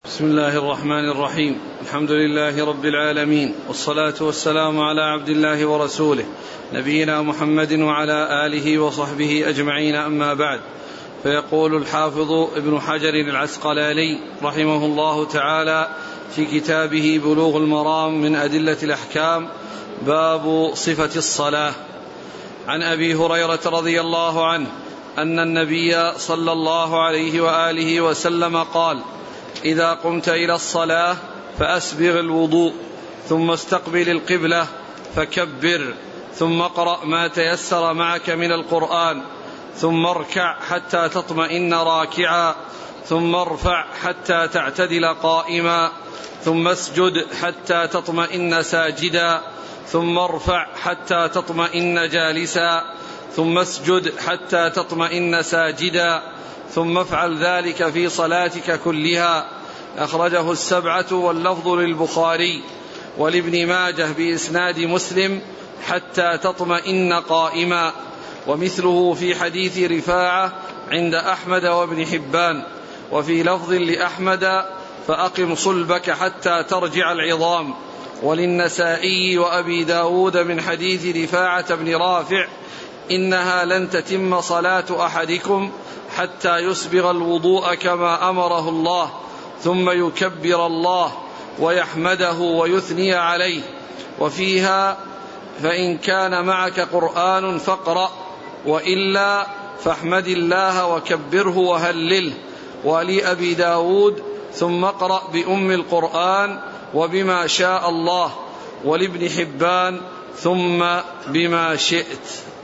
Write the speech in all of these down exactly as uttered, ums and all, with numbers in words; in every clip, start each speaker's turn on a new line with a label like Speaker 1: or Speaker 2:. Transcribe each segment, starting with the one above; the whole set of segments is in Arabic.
Speaker 1: بسم الله الرحمن الرحيم. الحمد لله رب العالمين، والصلاة والسلام على عبد الله ورسوله نبينا محمد وعلى آله وصحبه أجمعين، أما بعد. فيقول الحافظ ابن حجر العسقلاني رحمه الله تعالى في كتابه بلوغ المرام من أدلة الأحكام: باب صفة الصلاة. عن أبي هريرة رضي الله عنه أن النبي صلى الله عليه وآله وسلم قال: إذا قمت إلى الصلاة فأسبغ الوضوء، ثم استقبل القبلة فكبر، ثم اقرأ ما تيسر معك من القرآن، ثم اركع حتى تطمئن راكعا، ثم ارفع حتى تعتدل قائما، ثم اسجد حتى تطمئن ساجدا، ثم ارفع حتى تطمئن جالسا، ثم اسجد حتى تطمئن ساجدا، ثم افعل ذلك في صلاتك كلها. أخرجه السبعة واللفظ للبخاري، ولابن ماجه بإسناد مسلم: حتى تطمئن قائما. ومثله في حديث رفاعة عند أحمد وابن حبان. وفي لفظ لأحمد: فأقم صلبك حتى ترجع العظام. وللنسائي وأبي داود من حديث رفاعة بن رافع: إنها لن تتم صلاة أحدكم حتى يسبغ الوضوء كما أمره الله، ثم يكبر الله ويحمده ويثني عليه. وفيها: فإن كان معك قرآن فاقرأ، وإلا فاحمد الله وكبره وهلله. ولأبي داود: ثم اقرأ بأم القرآن وبما شاء الله. ولابن حبان: ثم بما شئت.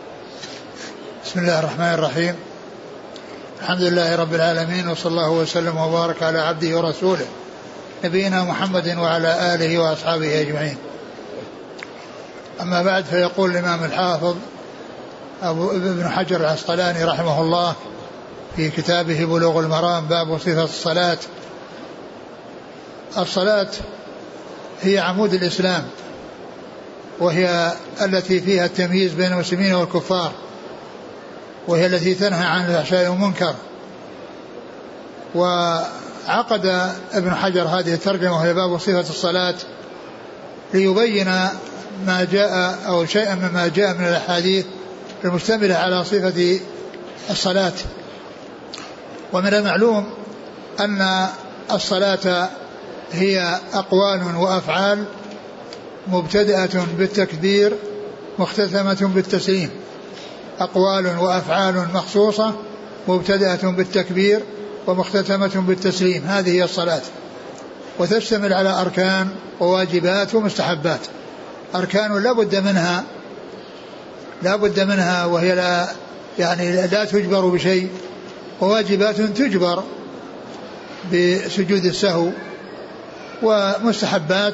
Speaker 2: بسم الله الرحمن الرحيم. الحمد لله رب العالمين، وصلى الله وسلم وبارك على عبده ورسوله نبينا محمد وعلى آله وأصحابه أجمعين. أما بعد، فيقول الإمام الحافظ أبو ابن حجر العسقلاني رحمه الله في كتابه بلوغ المرام: باب صفة الصلاة. الصلاة هي عمود الإسلام، وهي التي فيها التمييز بين المسلمين والكفار، وهي التي تنهى عن الفحشاء والمنكر. وعقد ابن حجر هذه الترجمة وهي باب صفة الصلاة ليبين ما جاء أو شيئا مما جاء من الأحاديث المشتملة على صفة الصلاة. ومن المعلوم أن الصلاة هي أقوال وأفعال مبتدأة بالتكبير مختتمة بالتسليم. أقوال وأفعال مخصوصة مبتدأة بالتكبير ومختتمة بالتسليم، هذه هي الصلاة. وتشتمل على أركان وواجبات ومستحبات. أركان لا بد منها لا بد منها وهي لا يعني لا تجبر بشيء، وواجبات تجبر بسجود السهو، ومستحبات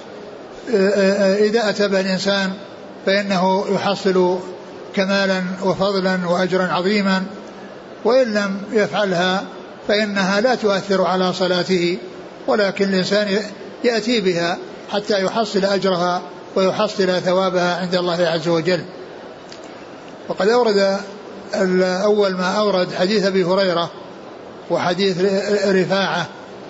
Speaker 2: إذا أتى الإنسان فإنه يحصل كمالا وفضلا وأجرا عظيما، وإن لم يفعلها فإنها لا تؤثر على صلاته، ولكن الإنسان يأتي بها حتى يحصل أجرها ويحصل ثوابها عند الله عز وجل. وقد أورد أول ما أورد حديث أبي هريرة وحديث رفاعة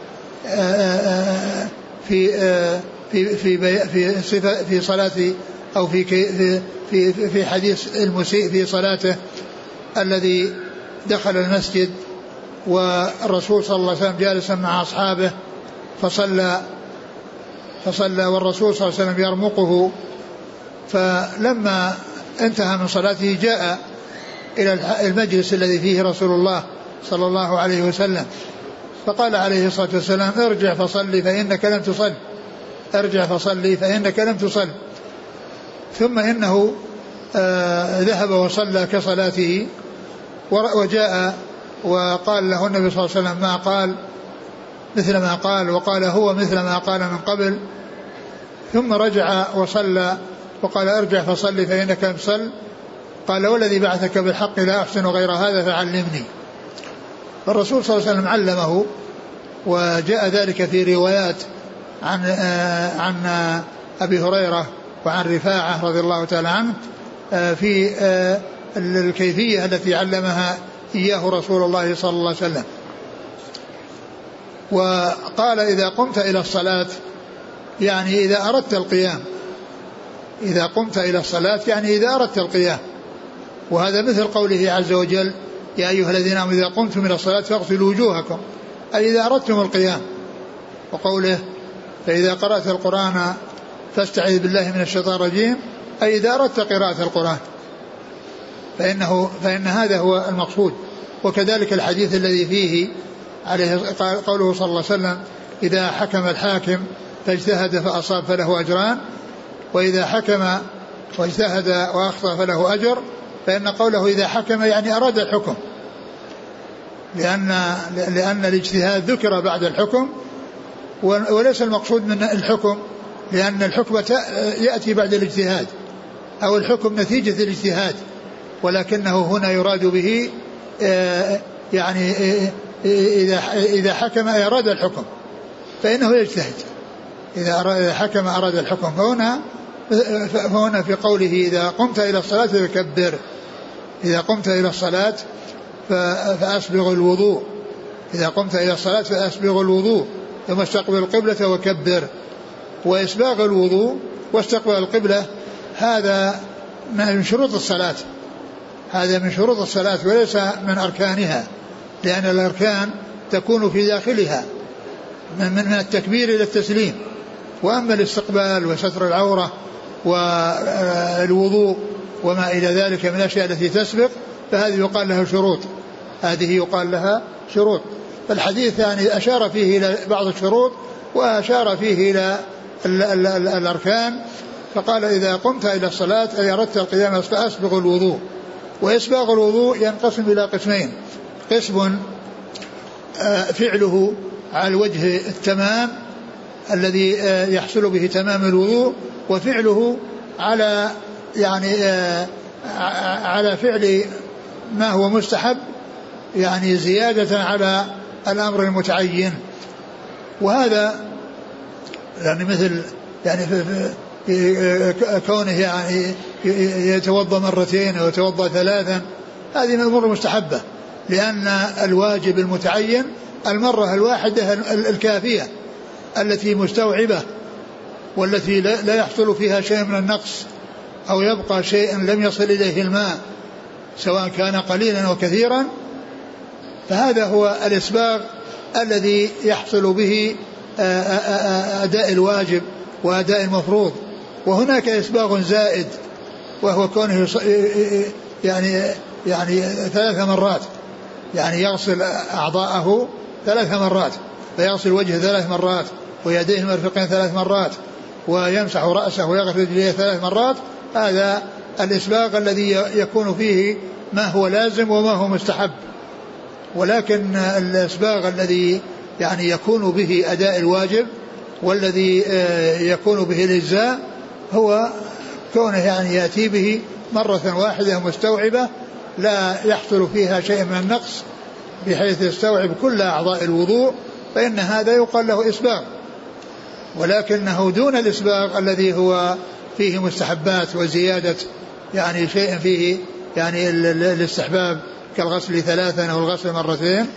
Speaker 2: في في في في صفة في صلاة أو في في في حديث المسيء في صلاته الذي دخل المسجد والرسول صلى الله عليه وسلم جالسا مع أصحابه فصلى فصلى والرسول صلى الله عليه وسلم يرمقه، فلما انتهى من صلاته جاء إلى المجلس الذي فيه رسول الله صلى الله عليه وسلم، فقال عليه الصلاة والسلام: ارجع فصلي فإنك لم تصل ارجع فصلي فإنك لم تصل. ثم إنه آه ذهب وصلى كصلاته، وجاء وقال له النبي صلى الله عليه وسلم ما قال مثل ما قال، وقال هو مثل ما قال من قبل. ثم رجع وصلى وقال: ارجع فصلي فإنك لم تصل. قال: والذي بعثك بالحق لا أحسن غير هذا فعلمني. فالرسول صلى الله عليه وسلم علمه، وجاء ذلك في روايات عن آه عن آه أبي هريرة وعن رفاعة رضي الله تعالى عنه في الكيفية التي علمها إياه رسول الله صلى الله عليه وسلم. وقال إذا قمت إلى الصلاة يعني إذا أردت القيام، إذا قمت إلى الصلاة يعني إذا أردت القيام. وهذا مثل قوله عز وجل يا أيها الذين آمنوا إذا قمتم إلى الصلاة فاغسلوا وجوهكم، أي إذا أردتم القيام. وقوله فإذا قرأت القرآن فاستعذ بالله من الشيطان الرجيم، أي إذا أردت قراءة القرآن، فإنه فإن هذا هو المقصود. وكذلك الحديث الذي فيه عليه قوله صلى الله عليه وسلم إذا حكم الحاكم فاجتهد فأصاب فله أجران، وإذا حكم واجتهد وأخطأ فله أجر. فإن قوله إذا حكم يعني أراد الحكم، لأن, لأن الاجتهاد ذكر بعد الحكم، وليس المقصود من الحكم، لأن الحكم يأتي بعد الاجتهاد أو الحكم نتيجة الاجتهاد، ولكنه هنا يراد به يعني إذا حكم أراد الحكم فإنه يجتهد، إذا حكم أراد الحكم. فهنا فهنا في قوله إذا قمت إلى الصلاة فكبر، إذا قمت إلى الصلاة فأسبغ الوضوء، إذا قمت إلى الصلاة فأسبغ الوضوء ثم استقبل القبلة وكبر. وإسباغ الوضوء واستقبل القبلة هذا من شروط الصلاة، هذا من شروط الصلاة وليس من أركانها، لأن الأركان تكون في داخلها من التكبير إلى التسليم. وأما الاستقبال وستر العورة والوضوء وما إلى ذلك من الأشياء التي تسبق فهذه يقال لها شروط، هذه يقال لها شروط. فالحديث يعني أشار فيه إلى بعض الشروط وأشار فيه إلى الأركان، فقال إذا قمت إلى الصلاة أي أردت القيام فأسبغ الوضوء. وإسباغ الوضوء ينقسم إلى قسمين، قسم فعله على الوجه التمام الذي يحصل به تمام الوضوء، وفعله على يعني على فعل ما هو مستحب يعني زيادة على الأمر المتعين. وهذا يعني مثل يعني في, في كونه يعني يتوضأ مرتين أو يتوضأ ثلاثا، هذه من الأمور المستحبة، لأن الواجب المتعين المرة الواحدة الكافية التي مستوعبة والتي لا يحصل فيها شيء من النقص أو يبقى شيء لم يصل إليه الماء سواء كان قليلا أو كثيرا. فهذا هو الإسباغ الذي يحصل به أداء الواجب وأداء المفروض. وهناك إسباغ زائد وهو كونه يعني يعني ثلاث مرات، يعني يغسل أعضاءه ثلاث مرات، فيغسل وجهه ثلاث مرات ويديه المرفقين ثلاث مرات ويمسح رأسه ويغسل رجليه ثلاث مرات. هذا الإسباغ الذي يكون فيه ما هو لازم وما هو مستحب. ولكن الإسباغ الذي يعني يكون به أداء الواجب والذي يكون به الإجزاء هو كونه يعني يأتي به مرة واحدة مستوعبة لا يحصل فيها شيء من النقص بحيث يستوعب كل أعضاء الوضوء، فإن هذا يقال له إسباغ. ولكنه دون الإسباغ الذي هو فيه مستحبات وزيادة يعني شيء فيه يعني الاستحباب كالغسل ثلاثا أو الغسل مرتين.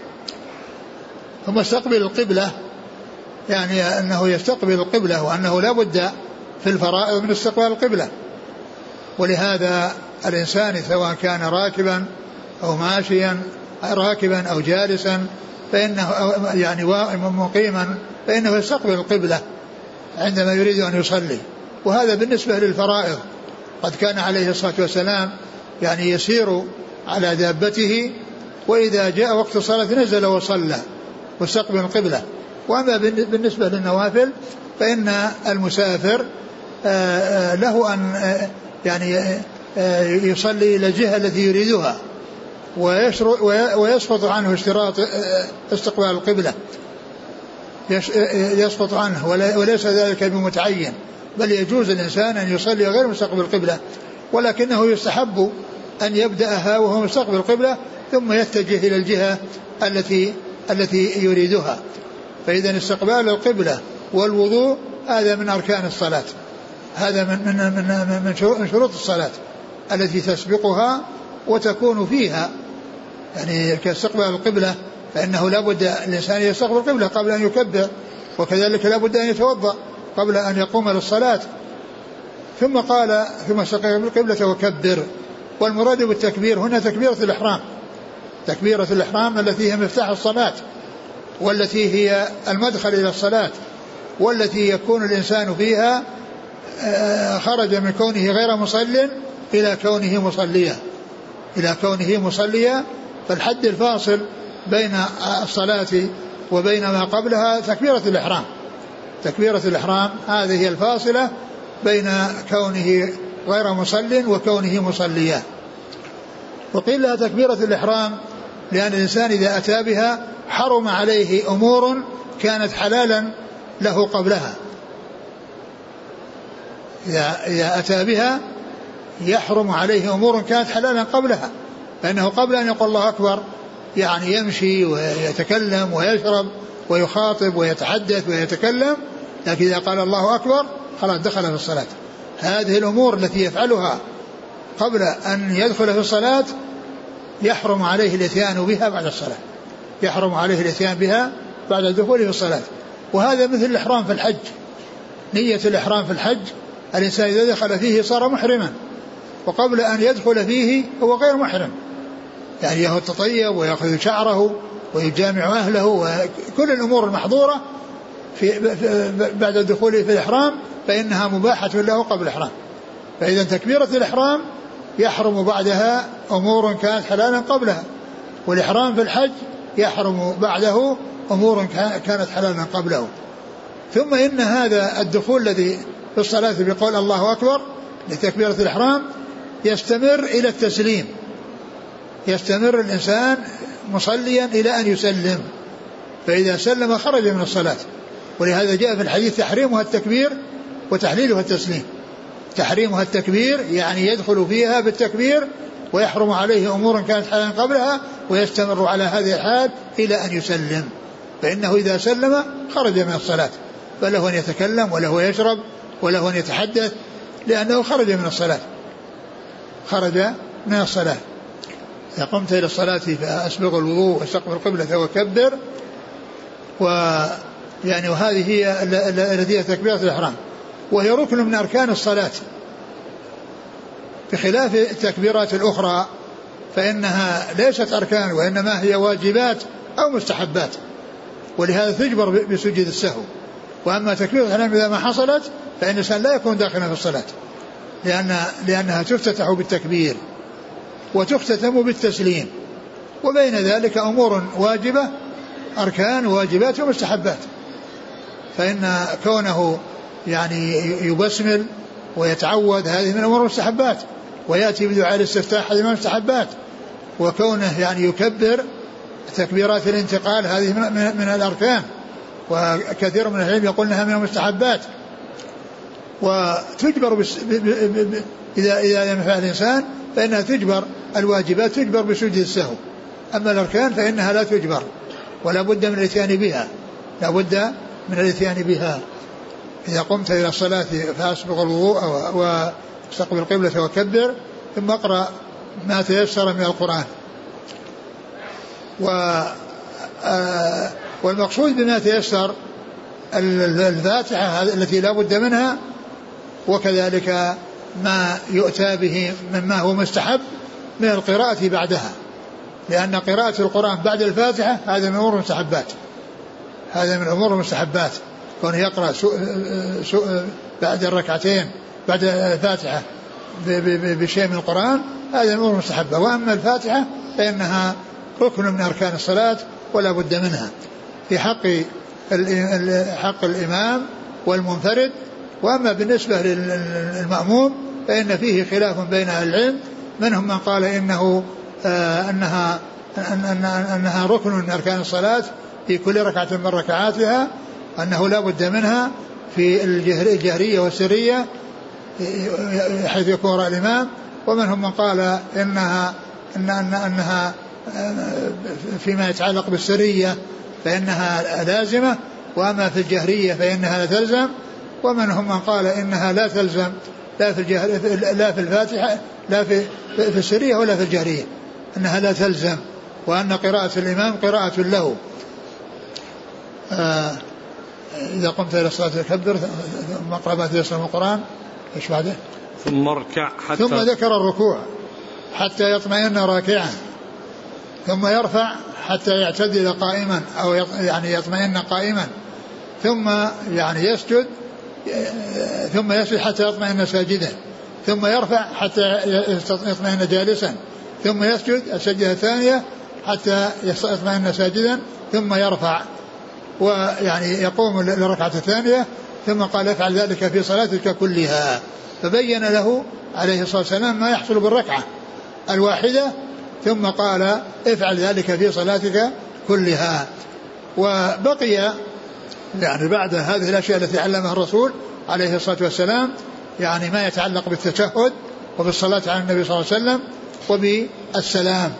Speaker 2: ثم استقبل القبلة، يعني أنه يستقبل القبلة وأنه لا بد في الفرائض من استقبال القبلة. ولهذا الإنسان سواء كان راكبا أو ماشيا راكبا أو جالسا فإنه يعني مقيما فإنه يستقبل القبلة عندما يريد أن يصلي. وهذا بالنسبة للفرائض. قد كان عليه الصلاة والسلام يعني يسير على دابته وإذا جاء وقت الصلاة نزل وصلى واستقبل القبلة. وأما بالنسبة للنوافل فإن المسافر له أن يعني يصلي إلى الجهة التي يريدها ويسقط عنه اشتراط استقبال القبلة، يسقط عنه وليس ذلك بمتعين، بل يجوز الإنسان أن يصلي غير مستقبل القبلة، ولكنه يستحب أن يبدأها وهو مستقبل القبلة ثم يتجه إلى الجهة التي التي يريدها. فإذا استقبال القبلة والوضوء هذا من أركان الصلاة، هذا من من من من شروط الصلاة التي تسبقها وتكون فيها، يعني كاستقبال القبلة فإنه لا بد الإنسان يستقبل القبلة قبل أن يكبر، وكذلك لا بد أن يتوضأ قبل أن يقوم للصلاة. ثم قال ثم استقبل القبلة وكبر. والمراد بالتكبير هنا تكبيرة الإحرام، تكبيرة الإحرام التي هي مفتاح الصلاة، والتي هي المدخل إلى الصلاة، والتي يكون الإنسان فيها خرج من كونه غير مصل إلى كونه مصليا، إلى كونه مصليا. فالحد الفاصل بين الصلاة وبين ما قبلها تكبيرة الإحرام، تكبيرة الإحرام هذه هي الفاصلة بين كونه غير مصل وكونه مصليا. وقيل لها تكبيرة الإحرام لأن الإنسان إذا أتى بها حرم عليه أمور كانت حلالا له قبلها، إذا, إذا أتى بها يحرم عليه أمور كانت حلالا قبلها، فإنه قبل أن يقول الله أكبر يعني يمشي ويتكلم ويشرب ويخاطب ويتحدث ويتكلم، لكن إذا قال الله أكبر خلاص دخل في الصلاة. هذه الأمور التي يفعلها قبل أن يدخل في الصلاة يحرم عليه الاتيان بها بعد الصلاة، يحرم عليه الاتيان بها بعد الدخول في الصلاة. وهذا مثل الإحرام في الحج، نية الإحرام في الحج الإنسان إذا دخل فيه صار محرما، وقبل أن يدخل فيه هو غير محرم، يعني يتطيب ويأخذ شعره ويجامع أهله وكل الأمور المحظورة في بعد الدخول في الإحرام فإنها مباحة له قبل الإحرام. فإذا تكبيرة الإحرام يحرم بعدها أمور كانت حلالا قبلها، والإحرام في الحج يحرم بعده أمور كانت حلالا قبله. ثم إن هذا الدخول الذي في الصلاة بقول الله أكبر لتكبيرة الإحرام يستمر إلى التسليم، يستمر الإنسان مصليا إلى أن يسلم، فإذا سلم خرج من الصلاة. ولهذا جاء في الحديث تحريمها التكبير وتحليلها التسليم. تحريمها التكبير يعني يدخل فيها بالتكبير ويحرم عليه أمور كانت حالا قبلها ويستمر على هذه الحال إلى أن يسلم، فإنه إذا سلم خرج من الصلاة، فله أن يتكلم وله يشرب وله أن يتحدث لأنه خرج من الصلاة، خرج من الصلاة. إذا قمت إلى الصلاة فأسبغ الوضوء واستقبل القبلة وكبر. ويعني وهذه هي التي هي تكبيرة الإحرام، وهي ركن من أركان الصلاة، بخلاف التكبيرات الأخرى فإنها ليست أركان وإنما هي واجبات أو مستحبات، ولهذا تجبر بسجود السهو. وأما تكبيرة الإحرام إذا ما حصلت فإن الإنسان لا يكون داخلا في الصلاة، لأن لأنها تفتتح بالتكبير وتختتم بالتسليم، وبين ذلك أمور واجبة أركان واجبات ومستحبات. فإن كونه يعني يبسمل ويتعوذ هذه من أمور المستحبات، ويأتي بدعاء الاستفتاح هذه من المستحبات، وكونه يعني يكبر تكبيرات الانتقال هذه من, من الأركان، وكثير من العلم يقولونها من المستحبات. وتجبر بس ب ب ب ب إذا إذا لم يفعل الإنسان فإنها تجبر، الواجبات تجبر بسجود السهو، أما الأركان فإنها لا تجبر ولا بد من الاتيان بها، لا بد من الاتيان بها. إذا قمت إلى الصلاة فأسبغ الوضوء واستقبل القبلة وكبر، ثم اقرأ ما تيسر من القرآن. والمقصود بما تيسر الفاتحة التي لا بد منها، وكذلك ما يؤتى به مما هو مستحب من القراءة بعدها، لأن قراءة القرآن بعد الفاتحة هذا من أمور المستحبات، هذا من أمور المستحبات، كونه يقرأ سو سو بعد الركعتين بعد الفاتحة بشيء من القرآن هذا من أمور المستحبة. وأما الفاتحة فإنها ركن من أركان الصلاة ولا بد منها في حق حق الإمام والمنفرد. وأما بالنسبة للمأموم فإن فيه خلاف بين أهل العلم، منهم من قال إنه آه أنها أن أنها ركن من أركان الصلاة في كل ركعة من ركعاتها، أنه لا بد منها في الجهرية والسرية حيث يكون وراء الإمام. ومنهم من قال إنها إن أنها فيما يتعلق بالسرية فإنها لازمة، وأما في الجهرية فإنها لا تلزم. ومنهم من قال إنها لا تلزم لا في الجهر لا في الفاتحة لا في في السرية ولا في الجهرية، أنها لا تلزم وأن قراءة الإمام قراءة له. آه إذا قمت إلى الصلاة فكبر ثم اقرأ ما تيسر من القرآن. إيش بعده؟
Speaker 1: ثم اركع حتى
Speaker 2: ثم ذكر الركوع حتى يطمئن راكعا، ثم يرفع حتى يعتدل قائما أو يعني يطمئن قائما، ثم يعني يسجد ثم يسجد حتى يطمئن ساجدا، ثم يرفع حتى يطمئن جالسا، ثم يسجد السجدة الثانية حتى يطمئن ساجدا، ثم يرفع ويعني يقوم للركعة الثانية، ثم قال افعل ذلك في صلاتك كلها. فبين له عليه الصلاة والسلام ما يحصل بالركعة الواحدة، ثم قال افعل ذلك في صلاتك كلها. وبقي يعني بعد هذه الأشياء التي علمها الرسول عليه الصلاة والسلام يعني ما يتعلق بالتشهد وبالصلاة على النبي صلى الله عليه وسلم وبالسلام،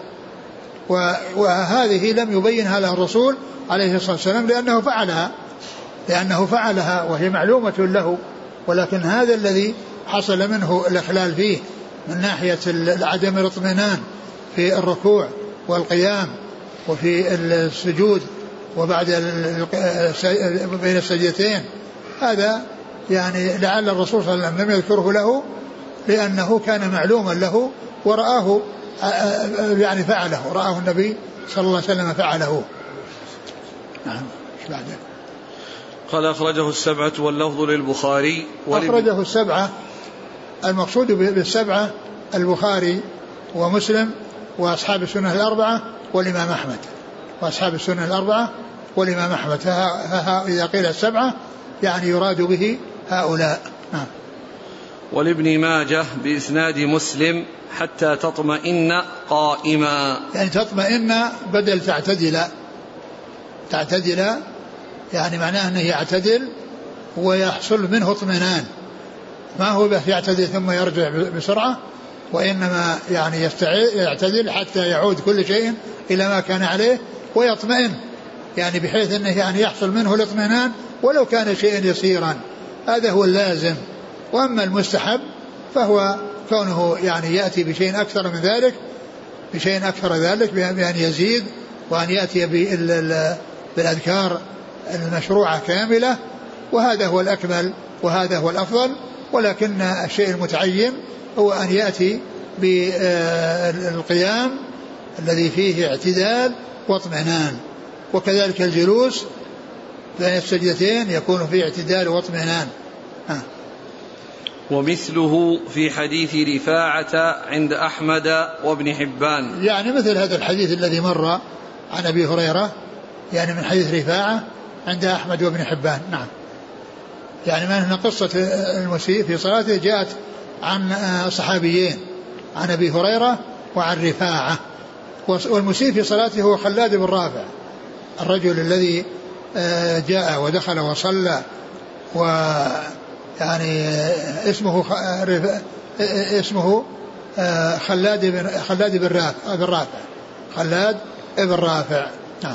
Speaker 2: وهذه لم يبينها له الرسول عليه الصلاة والسلام لأنه فعلها لأنه فعلها وهي معلومة له، ولكن هذا الذي حصل منه الإخلال فيه من ناحية عدم الاطمئنان في الركوع والقيام وفي السجود وبعد بين السجدتين، هذا يعني لعل الرسول صلى الله عليه وسلم لم يذكره له لأنه كان معلوما له ورآه يعني فعله، رآه النبي صلى الله عليه وسلم فعله. نعم. ايش بعده؟
Speaker 1: قال أخرجه السبعة واللفظ للبخاري.
Speaker 2: أخرجه السبعة، المقصود بالسبعة البخاري ومسلم وأصحاب السنة الأربعة والإمام أحمد، وأصحاب السنة الأربعة والإمام أحمد. إذا قيل السبعة يعني يراد به هؤلاء. نعم.
Speaker 1: ولابن ماجه بإسناد مسلم حتى تطمئن قائما،
Speaker 2: يعني تطمئن بدل تعتدل، تعتدل يعني معناه أنه يعتدل ويحصل منه اطمئنان، ما هو بس يعتدل ثم يرجع بسرعة، وإنما يعني يعتدل حتى يعود كل شيء إلى ما كان عليه ويطمئن، يعني بحيث أنه يعني يحصل منه الاطمئنان ولو كان شيئا يسيرا، هذا هو اللازم. وأما المستحب فهو كونه يعني يأتي بشيء أكثر من ذلك، بشيء أكثر ذلك بأن يزيد وأن يأتي بالأذكار المشروعة كاملة، وهذا هو الأكمل وهذا هو الأفضل. ولكن الشيء المتعين هو أن يأتي بالقيام الذي فيه اعتدال واطمئنان، وكذلك الجلوس بين السجدتين يكون فيه اعتدال واطمئنان. ها.
Speaker 1: ومثله في حديث رفاعة عند أحمد وابن حبان،
Speaker 2: يعني مثل هذا الحديث الذي مر عن أبي هريرة، يعني من حديث رفاعة عند أحمد وابن حبان. نعم. يعني ما هنا قصة المسيء في صلاته جاءت عن صحابيين، عن أبي هريرة وعن رفاعة. والمسيء في صلاته هو خلاد بن رافع، الرجل الذي جاء ودخل وصلى، ويعني اسمه اسمه خلاد بن خلاد بن رافع خلاد بن رافع. نعم.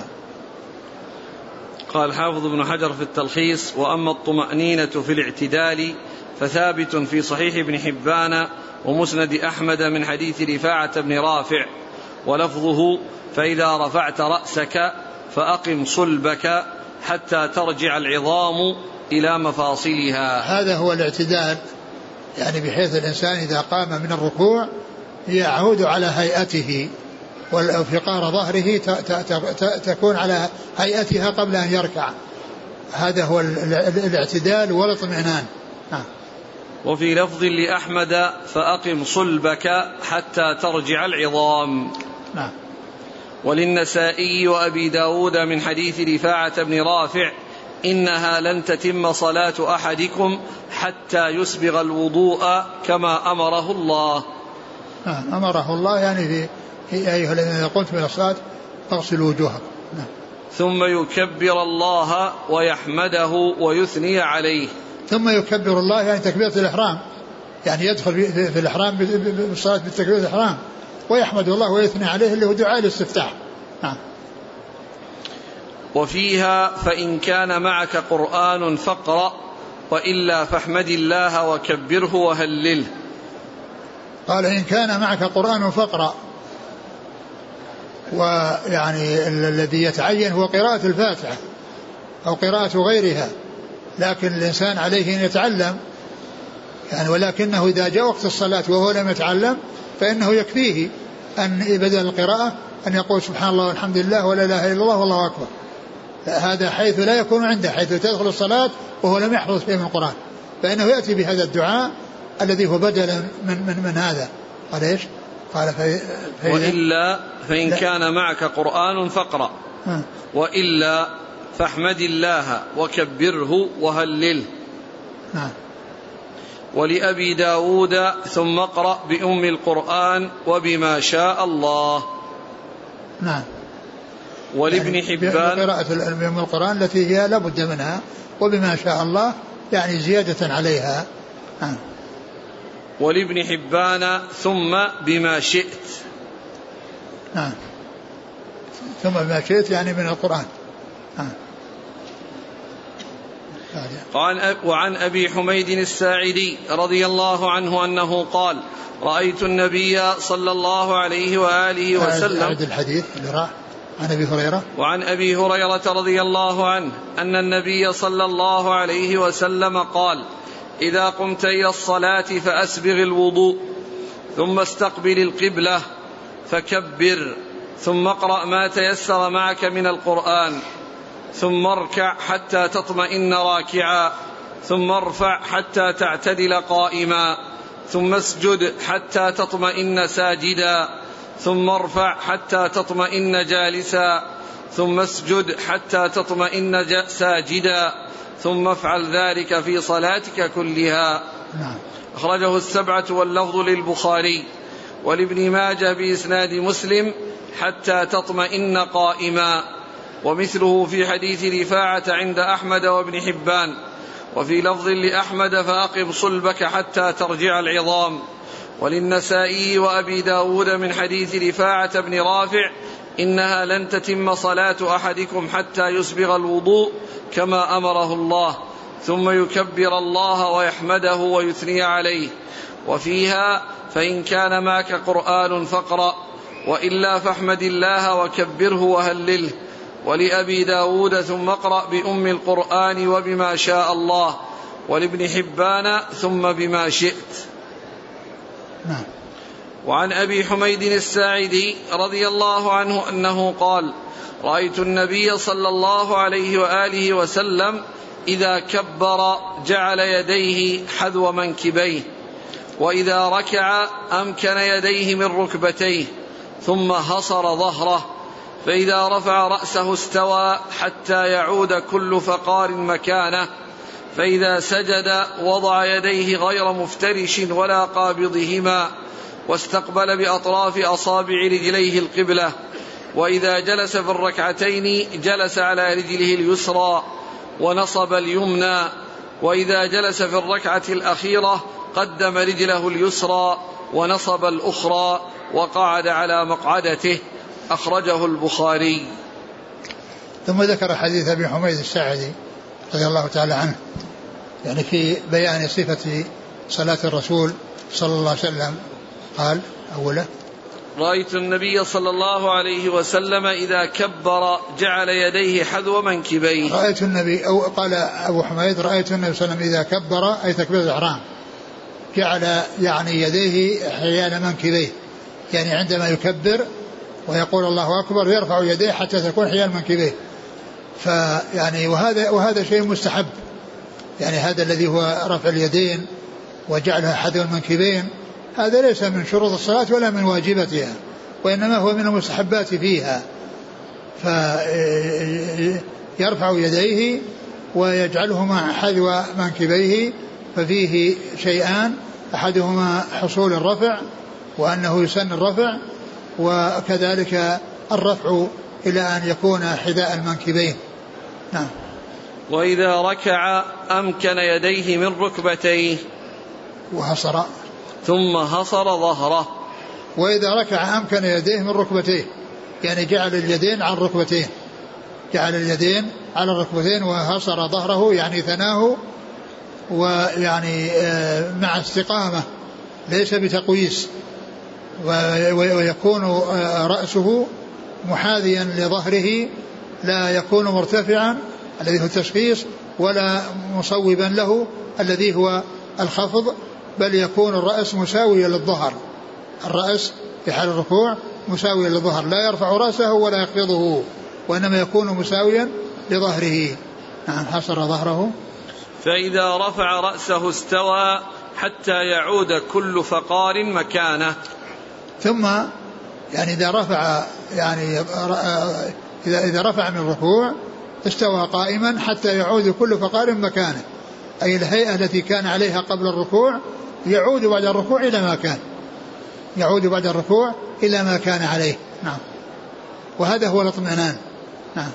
Speaker 1: قال حافظ ابن حجر في التلخيص: وأما الطمأنينة في الاعتدال فثابت في صحيح ابن حبان ومسند أحمد من حديث رفاعة بن رافع، ولفظه: فإذا رفعت رأسك فأقم صلبك حتى ترجع العظام إلى مفاصلها.
Speaker 2: هذا هو الاعتدال، يعني بحيث الإنسان إذا قام من الركوع يعود على هيئته، والفقار ظهره تكون على هيئتها قبل أن يركع، هذا هو الاعتدال والاطمئنان.
Speaker 1: وفي لفظ لأحمد: فأقم صلبك حتى ترجع العظام.
Speaker 2: نعم.
Speaker 1: وللنسائي وأبي داود من حديث رفاعة بن رافع: إنها لن تتم صلاة أحدكم حتى يسبغ الوضوء كما أمره الله.
Speaker 2: نعم. أمره الله يعني في يا أيها الذين قلتم إلى الصلاة فاغسلوا وجوهكم. نعم.
Speaker 1: ثم يكبر الله ويحمده ويثني عليه.
Speaker 2: ثم يكبر الله يعني تكبيرة الإحرام، يعني يدخل في الإحرام بالصلاة بالتكبيرة الإحرام، ويحمد الله ويثني عليه اللي هو دعاء الاستفتاح. نعم.
Speaker 1: وفيها: فإن كان معك قرآن فاقرأ وإلا فاحمد الله وكبره وهلله.
Speaker 2: قال: إن كان معك قرآن فاقرأ، ويعني الذي يتعين هو قراءة الفاتحة أو قراءة غيرها، لكن الإنسان عليه أن يتعلم يعني، ولكنه إذا جاء وقت الصلاة وهو لم يتعلم فإنه يكفيه أن بدل القراءة أن يقول سبحان الله والحمد لله ولا إله إلا الله والله أكبر. هذا حيث لا يكون عنده، حيث تدخل الصلاة وهو لم يحفظ فيه من القرآن، فإنه يأتي بهذا الدعاء الذي هو بدلا من, من, من هذا. قال إيش؟ قال في في
Speaker 1: وإلا فإن
Speaker 2: لا.
Speaker 1: كان معك قرآن فاقرأ، وإلا فاحمد الله وكبره وهلله.
Speaker 2: نعم.
Speaker 1: ولأبي داود ثم اقرأ بأم القرآن وبما شاء الله.
Speaker 2: نعم.
Speaker 1: ولابن
Speaker 2: يعني
Speaker 1: حبان
Speaker 2: قراءة أم القرآن التي هي لا بد منها، وبما شاء الله يعني زيادة عليها. نعم.
Speaker 1: ولابن حبان ثم بما شئت.
Speaker 2: نعم. ثم بما شئت يعني من القرآن. نعم.
Speaker 1: وعن, وعن أبي حميد الساعدي رضي الله عنه أنه قال رأيت النبي صلى الله عليه وآله وسلم.
Speaker 2: أعد الحديث اللي راح عن أبي هريرة.
Speaker 1: وعن أبي هريرة رضي الله عنه أن النبي صلى الله عليه وسلم قال إذا قمت إلى الصلاة فأسبغ الوضوء ثم استقبل القبلة فكبر ثم اقرأ ما تيسر معك من القرآن ثم اركع حتى تطمئن راكعا ثم ارفع حتى تعتدل قائما ثم اسجد حتى تطمئن ساجدا ثم ارفع حتى تطمئن جالسا ثم اسجد حتى تطمئن ساجدا ثم افعل ذلك في صلاتك كلها. أخرجه السبعة واللفظ للبخاري. ولابن ماجه بإسناد مسلم حتى تطمئن قائما، ومثله في حديث رفاعة عند أحمد وابن حبان. وفي لفظ لأحمد فأقم صلبك حتى ترجع العظام. وللنسائي وأبي داود من حديث رفاعة بن رافع إنها لن تتم صلاة أحدكم حتى يسبغ الوضوء كما أمره الله ثم يكبر الله ويحمده ويثني عليه. وفيها فإن كان معك قرآن فاقرأ وإلا فاحمد الله وكبره وهلله. ولأبي داود ثم اقرأ بأم القرآن وبما شاء الله. ولابن حبان ثم بما شئت.
Speaker 2: نعم.
Speaker 1: وعن أبي حميد الساعدي رضي الله عنه أنه قال رأيت النبي صلى الله عليه وآله وسلم إذا كبر جعل يديه حذو منكبيه وإذا ركع أمكن يديه من ركبتيه ثم هصر ظهره فإذا رفع رأسه استوى حتى يعود كل فقار مكانه فإذا سجد وضع يديه غير مفترش ولا قابضهما واستقبل بأطراف أصابع رجليه القبلة. وإذا جلس في الركعتين جلس على رجله اليسرى ونصب اليمنى. وإذا جلس في الركعة الأخيرة قدم رجله اليسرى ونصب الأخرى وقعد على مقعدته. أخرجه البخاري.
Speaker 2: ثم ذكر حديث أبي حميد الساعدي رضي الله تعالى عنه يعني في بيان صفة صلاة الرسول صلى الله عليه وسلم. قال أوله
Speaker 1: رأيت النبي صلى الله عليه وسلم إذا كبر جعل يديه حذو منكبيه.
Speaker 2: رأيت النبي أو قال أبو حميد رأيت النبي صلى الله عليه وسلم إذا كبر أي تكبير الإحرام جعل يعني يديه حيال منكبيه، يعني عندما يكبر ويقول الله أكبر يرفع يديه حتى تكون حيال منكبيه. فيعني وهذا وهذا شيء مستحب، يعني هذا الذي هو رفع اليدين وجعلها حذو المنكبين هذا ليس من شروط الصلاة ولا من واجباتها، وإنما هو من المستحبات فيها. فيرفع يديه ويجعلهما حذو منكبيه، ففيه شيئان، أحدهما حصول الرفع وأنه يسن الرفع، وكذلك الرفع إلى أن يكون حذاء المنكبين. نعم.
Speaker 1: وإذا ركع أمكن يديه من ركبتيه
Speaker 2: وحصر
Speaker 1: ثم حصر ظهره.
Speaker 2: وإذا ركع أمكن يديه من ركبتيه، يعني جعل اليدين على الركبتين، جعل اليدين على الركبتين وحصر ظهره يعني ثناه، ويعني مع استقامة ليس بتقويس، ويكون رأسه محاذيا لظهره لا يكون مرتفعا الذي هو التشخيص ولا مصوبا له الذي هو الخفض، بل يكون الرأس مساويا للظهر، الرأس في حال الركوع مساويا للظهر، لا يرفع رأسه ولا يخفضه، وإنما يكون مساويا لظهره. نعم حصر ظهره.
Speaker 1: فإذا رفع رأسه استوى حتى يعود كل فقار مكانه.
Speaker 2: ثم يعني إذا رفع يعني إذا إذا رفع من الركوع استوى قائما حتى يعود كل فقار مكانه، أي الهيئة التي كان عليها قبل الركوع يعود بعد الركوع إلى ما كان، يعود بعد الركوع إلى ما كان عليه. نعم. وهذا هو الاطمئنان. نعم.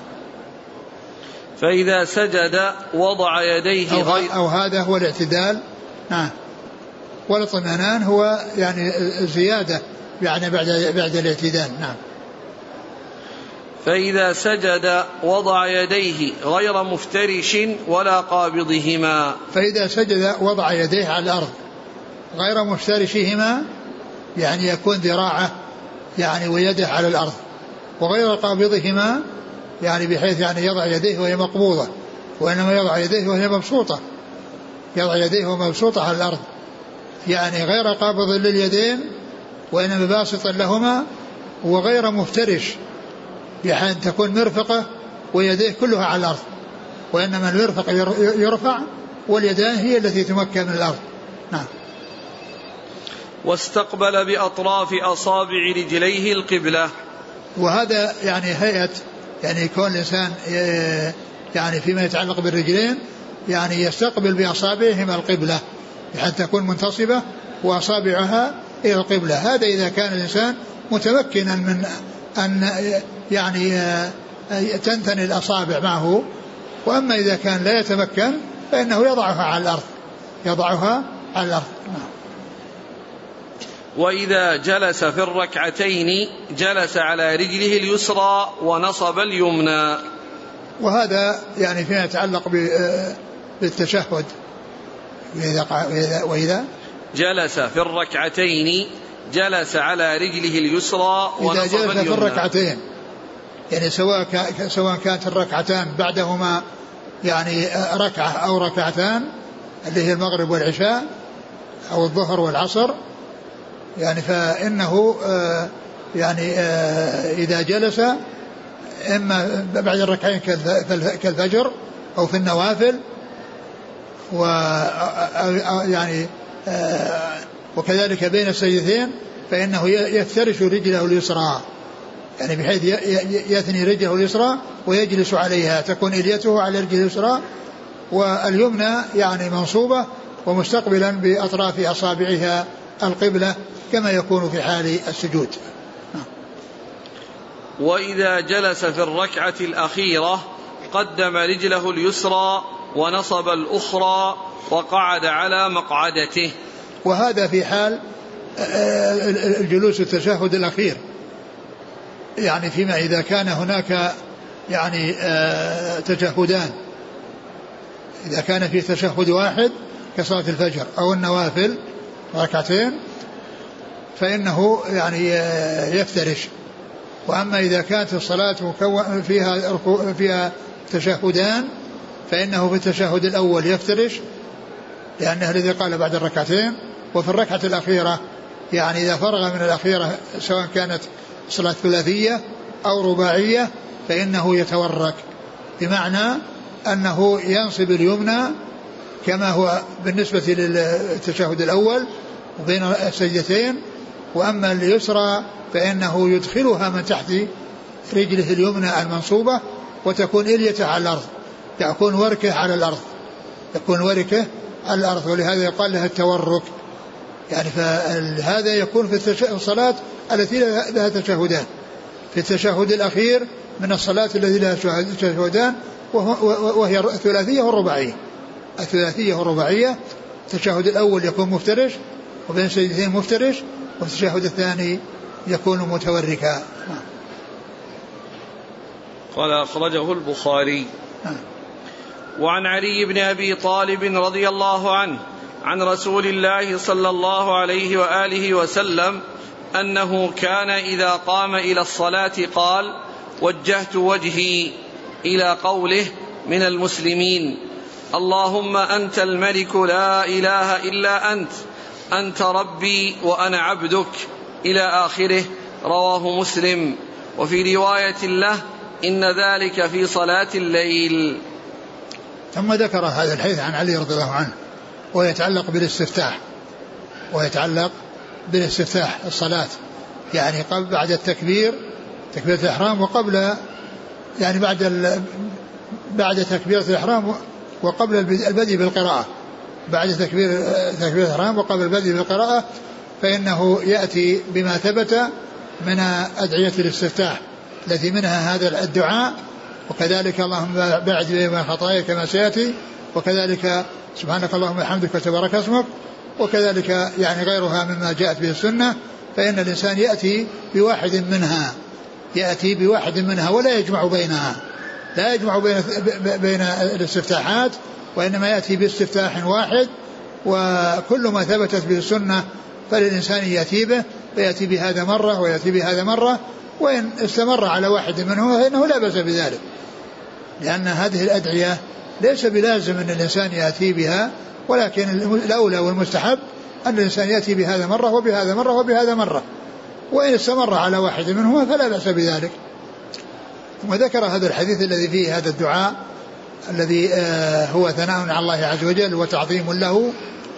Speaker 1: فإذا سجد وضع يديه
Speaker 2: أو,
Speaker 1: غير
Speaker 2: أو هذا هو الاعتدال. نعم. والاطمئنان هو يعني زيادة يعني بعد بعد الاعتدال. نعم.
Speaker 1: فإذا سجد وضع يديه غير مفترش ولا قابضهما.
Speaker 2: فإذا سجد وضع يديه على الأرض غير مفترشهما، يعني يكون ذراعه يعني ويده على الأرض، وغير قابضهما يعني بحيث يعني يضع يديه وهي مقبوضة، وإنما يضع يديه وهي مبسوطة، يضع يديه وهي مبسوطة على الأرض، يعني غير قابض لليدين وإنما باسط لهما، وغير مفترش بحيث تكون مرفقة ويديه كلها على الأرض، وإنما المرفق يرفع واليدان هي التي تمكن من الأرض. نعم.
Speaker 1: واستقبل بأطراف أصابع رجليه القبلة.
Speaker 2: وهذا يعني هيئة يعني يكون الإنسان يعني فيما يتعلق بالرجلين يعني يستقبل بأصابعهما القبلة بحيث تكون منتصبة وأصابعها إلى القبلة. هذا إذا كان الإنسان متمكنا من أن يعني تنثني الأصابع معه، وأما إذا كان لا يتمكن فإنه يضعها على الأرض، يضعها على الأرض.
Speaker 1: وإذا جلس في الركعتين جلس على رجله اليسرى ونصب اليمنى.
Speaker 2: وهذا يعني فيما يتعلق بالتشهد. وإذا
Speaker 1: جلس في الركعتين جلس على رجله اليسرى ونصب اليمنى.
Speaker 2: إذا جلس في الركعتين يعني سواء سواء كانت الركعتان بعدهما يعني ركعة أو ركعتان اللي هي المغرب والعشاء أو الظهر والعصر، يعني فإنه يعني إذا جلس إما بعد الركعين كالفجر أو في النوافل و يعني وكذلك بين السجدتين فإنه يفترش رجله اليسرى، يعني بحيث يثني رجله اليسرى ويجلس عليها، تكون إليته على رجله اليسرى، واليمنى يعني منصوبة ومستقبلا بأطراف أصابعها القبلة كما يكون في حال السجود.
Speaker 1: وإذا جلس في الركعة الأخيرة قدم رجله اليسرى ونصب الأخرى وقعد على مقعدته.
Speaker 2: وهذا في حال الجلوس التشهد الأخير، يعني فيما إذا كان هناك يعني تشهدان، إذا كان في تشهد واحد كصلاة الفجر أو النوافل ركعتين فإنه يعني يفترش. وأما إذا كانت الصلاة مكون فيها فيها تشهدان فإنه في التشهد الأول يفترش لأنه الذي قال بعد الركعتين، وفي الركعة الأخيرة يعني إذا فرغ من الأخيرة سواء كانت صلاة ثلاثية أو رباعية فإنه يتورك، بمعنى أنه ينصب اليمنى كما هو بالنسبة للتشهد الأول وبين السجدتين، وأما اليسرى فإنه يدخلها من تحت رجله اليمنى المنصوبة وتكون إليته على الأرض، تكون وركه على الأرض، تكون وركه على الأرض، ولهذا يقال لها التورك. يعني فهذا يكون في الصلاة التي لها تشهدان، في التشهد الأخير من الصلاة التي لها تشهدان وهي الثلاثية والرباعية. الثلاثية والرباعية التشهد الأول يكون مفترش وبين السجدتين مفترش، والتشهد الثاني يكون متوركا.
Speaker 1: قال أخرجه البخاري. وعن علي بن أبي طالب رضي الله عنه عن رسول الله صلى الله عليه وآله وسلم أنه كان إذا قام إلى الصلاة قال: وجهت وجهي، إلى قوله: من المسلمين، اللهم أنت الملك لا إله إلا أنت، أنت ربي وأنا عبدك، إلى آخره. رواه مسلم. وفي رواية له: إن ذلك في صلاة الليل.
Speaker 2: ثم ذكر هذا الحديث عن علي رضي الله عنه ويتعلق بالاستفتاح ويتعلق بالاستفتاح الصلاة، يعني قبل بعد التكبير تكبيرة الإحرام، وقبل يعني بعد ال بعد تكبيرة الإحرام وقبل البدء بالقراءة، بعد تكبير تكبيرة الإحرام وقبل البدء بالقراءة، فإنه يأتي بما ثبت من أدعية الاستفتاح التي منها هذا الدعاء، وكذلك اللهم باعد بيني وبين خطاياي كما سيأتي، وكذلك سبحانك اللهم وبحمدك وتبارك اسمك، وكذلك يعني غيرها مما جاءت به السنة. فإن الإنسان يأتي بواحد منها يأتي بواحد منها ولا يجمع بينها، لا يجمع بين بين الاستفتاحات، وإنما يأتي باستفتاح واحد، وكل ما ثبتت به السنة فللإنسان يأتي به، فيأتي بهذا مرة ويأتي بهذا مرة، وإن استمر على واحد منه فإنه لا بأس بذلك، لأن هذه الأدعية ليس بلازم أن الإنسان يأتي بها، ولكن الأولى والمستحب أن الإنسان يأتي بهذا مرة وبهذا مرة وبهذا مرة، وإن استمر على واحد منهما فلا بأس بذلك. وذكر هذا الحديث الذي فيه هذا الدعاء الذي هو ثناء على الله عز وجل وتعظيم له،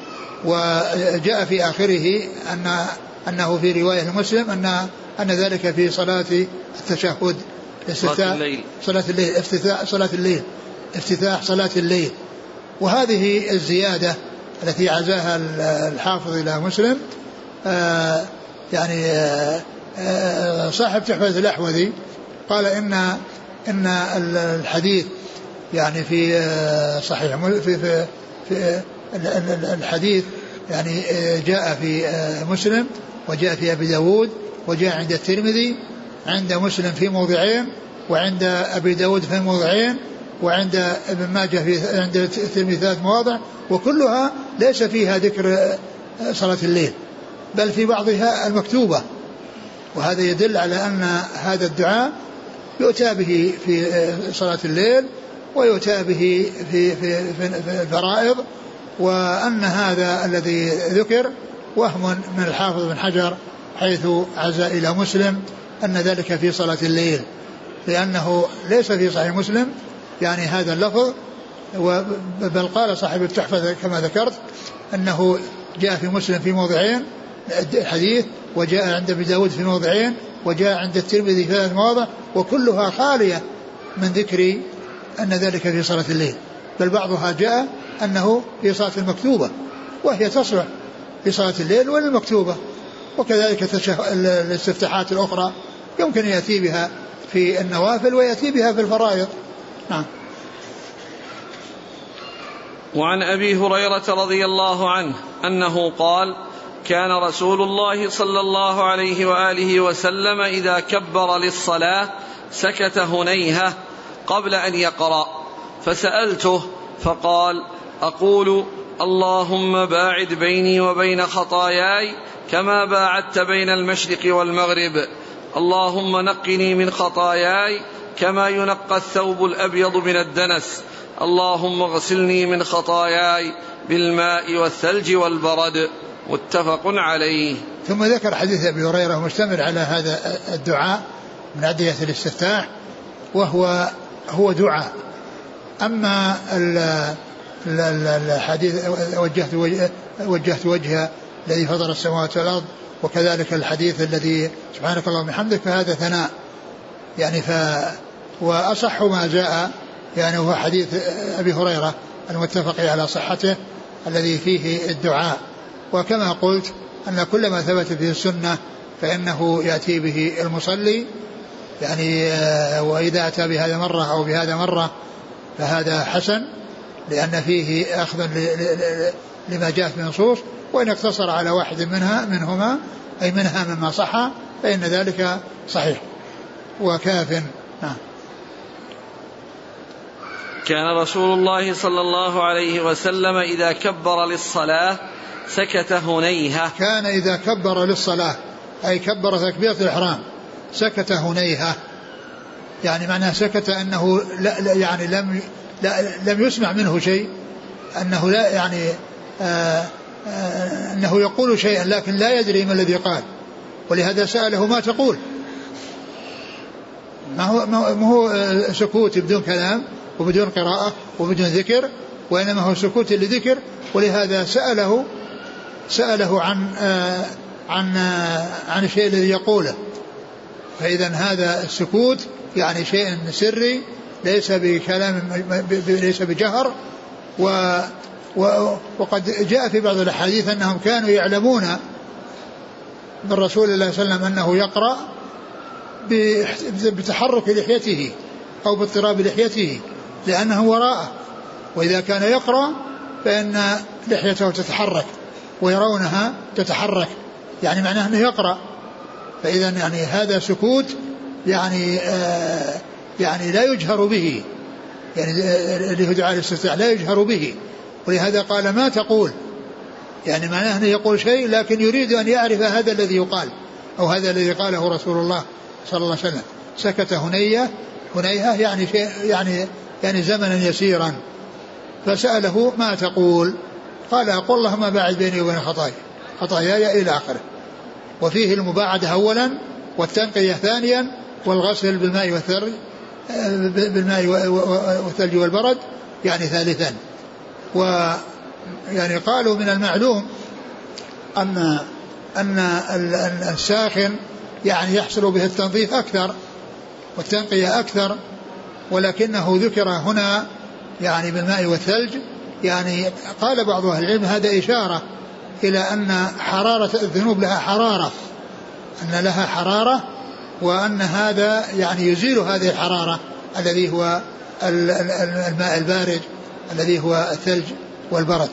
Speaker 2: وجاء في آخره أن أنه في رواية مسلم أن أن ذلك في صلاة التشهد،
Speaker 1: صلاة الليل،
Speaker 2: صلاة الليل افتتاح صلاة الليل افتتاح صلاة الليل. وهذه الزيادة التي عزاها الحافظ إلى مسلم آه يعني آه آه صاحب تحفة الأحوذي قال إن إن الحديث يعني في صحيح في في, في الحديث يعني جاء في مسلم، وجاء في أبي داود، وجاء عند الترمذي، عند مسلم في موضعين، وعند أبي داود في موضعين، وعند ابن ماجه في عند الترمذي ثلاث مواضع، وكلها ليس فيها ذكر صلاة الليل بل في بعضها المكتوبة. وهذا يدل على أن هذا الدعاء يؤتى به في صلاة الليل ويؤتى به في, في, في, في الفرائض، وأن هذا الذي ذكر وهم من الحافظ بن حجر حيث عزا إلى مسلم أن ذلك في صلاة الليل، لأنه ليس في صحيح مسلم يعني هذا اللفظ، بل قال صاحب التحفة كما ذكرت أنه جاء في مسلم في موضعين الحديث، وجاء عند أبي داود في موضعين، وجاء عند الترمذي في ثلاث مواضع، وكلها خالية من ذكر أن ذلك في صلاة الليل، بل بعضها جاء أنه في صلاة المكتوبة، وهي تصلح في صلاة الليل والمكتوبة. وكذلك الاستفتاحات الأخرى يمكن يأتي بها في النوافل ويأتي بها في الفرائض. نعم.
Speaker 1: وعن أبي هريرة رضي الله عنه أنه قال: كان رسول الله صلى الله عليه وآله وسلم إذا كبر للصلاة سكت هنيهة قبل أن يقرأ، فسألته فقال: أقول اللهم باعد بيني وبين خطاياي كما باعدت بين المشرق والمغرب، اللهم نقني من خطاياي كما ينقى الثوب الأبيض من الدنس، اللهم اغسلني من خطاياي بالماء والثلج والبرد. متفق عليه.
Speaker 2: ثم ذكر حديث أبي هريرة مشتمل على هذا الدعاء من أدعية الاستفتاح، وهو هو دعاء. أما الحديث وجهت وجه وجهت وجهه الذي فطر السماوات والأرض، وكذلك الحديث الذي سبحانك اللهم وبحمدك، فهذا ثناء يعني ف وأصح ما جاء يعني هو حديث أبي هريرة المتفق على صحته الذي فيه الدعاء. وكما قلت أن كل ما ثبت فيه السنة فإنه يأتي به المصلي، يعني وإذا أتى بهذا مرة أو بهذا مرة فهذا حسن، لأن فيه أخذ لما جاء في النصوص، وإن اقتصر على واحد منها منهما أي منها مما صح فإن ذلك صحيح وكاف. نعم.
Speaker 1: كان رسول الله صلى الله عليه وسلم إذا كبر للصلاة سكت هنيهة.
Speaker 2: كان إذا كبر للصلاة أي كبر تكبيرة الإحرام سكت هنيهة، يعني معناه سكت أنه لا لا يعني لم لا لم يسمع منه شيء، أنه لا يعني آآ آآ أنه يقول شيئا لكن لا يدري ما الذي قال، ولهذا سأله ما تقول. ما هو ما هو سكوت بدون كلام وبدون قراءة وبدون ذكر، وإنما هو سكوت لذكر، ولهذا سأله سأله عن عن عن الشيء الذي يقوله. فإذا هذا السكوت يعني شيء سري ليس بكلام ليس بجهر. و وقد جاء في بعض الأحاديث أنهم كانوا يعلمون من رسول الله صلى الله عليه وسلم أنه يقرأ بتحرك لحيته أو باضطراب لحيته لأنه وراءه، وإذا كان يقرأ فإن لحيته تتحرك ويرونها تتحرك، يعني معناه أنه يقرأ. فإذا يعني هذا سكوت يعني آه يعني لا يجهر به، يعني اللي هو دعاء الاستفتاح لا يجهر به، ولهذا قال ما تقول، يعني معناه أنه يقول شيء لكن يريد أن يعرف هذا الذي يقال أو هذا الذي قاله رسول الله صلى الله عليه وسلم. سكت هنية هنيهة يعني شيء يعني يعني زمنا يسيرا، فسأله ما تقول؟ قال أقول اللهم باعد بيني وبين خطاياي خطاياي إلى آخره. وفيه المباعدة أولا والتنقية ثانيا والغسل بالماء والثلج بالماء والثلج والبرد يعني ثالثا. ويعني قالوا من المعلوم أن أن الساخن يعني يحصل به التنظيف أكثر والتنقية أكثر، ولكنه ذكر هنا يعني بالماء والثلج. يعني قال بعض أهل العلم هذا إشارة إلى أن حرارة الذنوب لها حرارة، أن لها حرارة، وأن هذا يعني يزيل هذه الحرارة الذي هو الماء البارد الذي هو الثلج والبرد.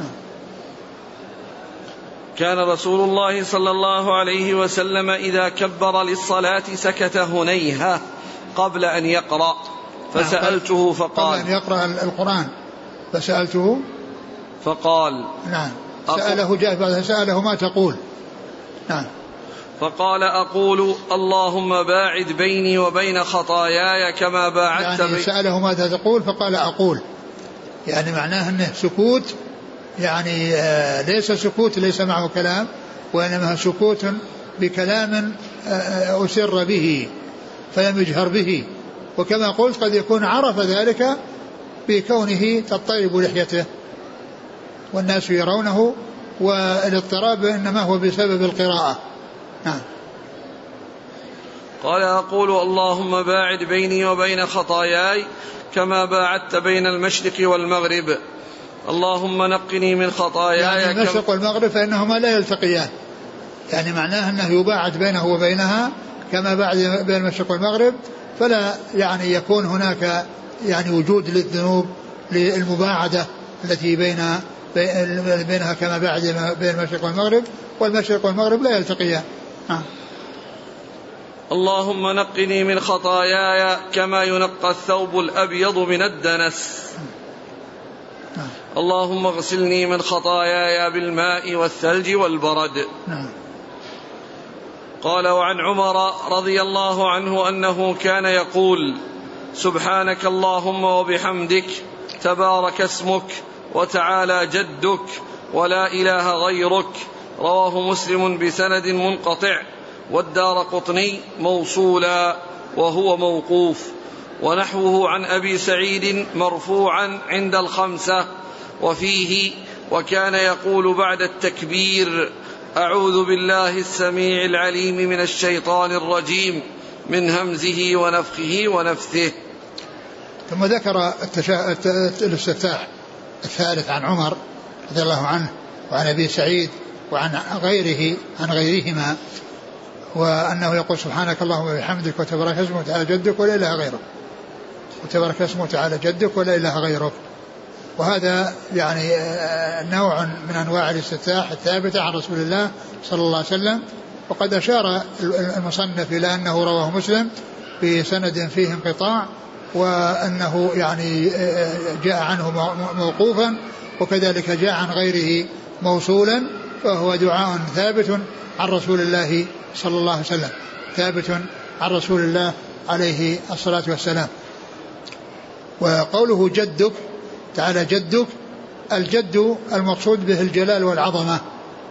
Speaker 1: كان رسول الله صلى الله عليه وسلم إذا كبر للصلاة سكت هنيهة قبل أن يقرأ فسألته فقال
Speaker 2: قبل أن يقرأ القرآن فسألته
Speaker 1: فقال
Speaker 2: نعم سأله جاء سأله ما تقول؟ نعم
Speaker 1: فقال أقول اللهم باعد بيني وبين خطاياي كما باعدت
Speaker 2: يعني
Speaker 1: بي...
Speaker 2: سأله ماذا تقول فقال أقول، يعني معناه أنه سكوت، يعني ليس سكوت ليس معه كلام، وإنما سكوت بكلام أسر به فلم يجهر به. وكما قلت قد يكون عرف ذلك بكونه تضطرب لحيته والناس يرونه، والاضطراب إنما هو بسبب القراءة. نعم.
Speaker 1: قال أقول اللهم باعد بيني وبين خطاياي كما باعدت بين المشرق والمغرب اللهم نقني من خطاياي.
Speaker 2: يعني المشرق والمغرب فإنهما لا يلتقيان، يعني معناه أنه يباعد بينه وبينها كما باعد بين المشرق والمغرب، فلا يعني يكون هناك يعني وجود للذنوب للمباعدة التي بين بينها كما باعد بين المشرق والمغرب، والمشرق والمغرب لا يلتقيان. آه.
Speaker 1: اللهم نقني من خطاياي كما ينقى الثوب الأبيض من الدنس. اللهم اغسلني من خطاياي بالماء والثلج والبرد. قال وعن عمر رضي الله عنه أنه كان يقول سبحانك اللهم وبحمدك تبارك اسمك وتعالى جدك ولا إله غيرك. رواه مسلم بسند منقطع، والدارقطني موصولا وهو موقوف، ونحوه عن أبي سعيد مرفوعا عند الخمسة. وفيه وكان يقول بعد التكبير أعوذ بالله السميع العليم من الشيطان الرجيم من همزه ونفخه ونفثه.
Speaker 2: ثم ذكر الاستفتاح الثالث عن عمر رضي الله عنه وعن أبي سعيد وعن غيره عن غيرهما، وأنه يقول سبحانك اللهم وبحمدك وتبارك اسمك وتعالى جدك ولا إله غيرك، وتبارك اسمك وتعالى جدك ولا إله غيرك. وهذا يعني نوع من أنواع الاستفتاح الثابتة عن رسول الله صلى الله عليه وسلم. وقد أشار المصنف إلى أنه رواه مسلم بسند فيه انقطاع، وأنه يعني جاء عنه موقوفا، وكذلك جاء عن غيره موصولا، فهو دعاء ثابت عن رسول الله صلى الله عليه وسلم، ثابت عن رسول الله عليه الصلاة والسلام. وقوله جدك تعالى جدك، الجد المقصود به الجلال والعظمة،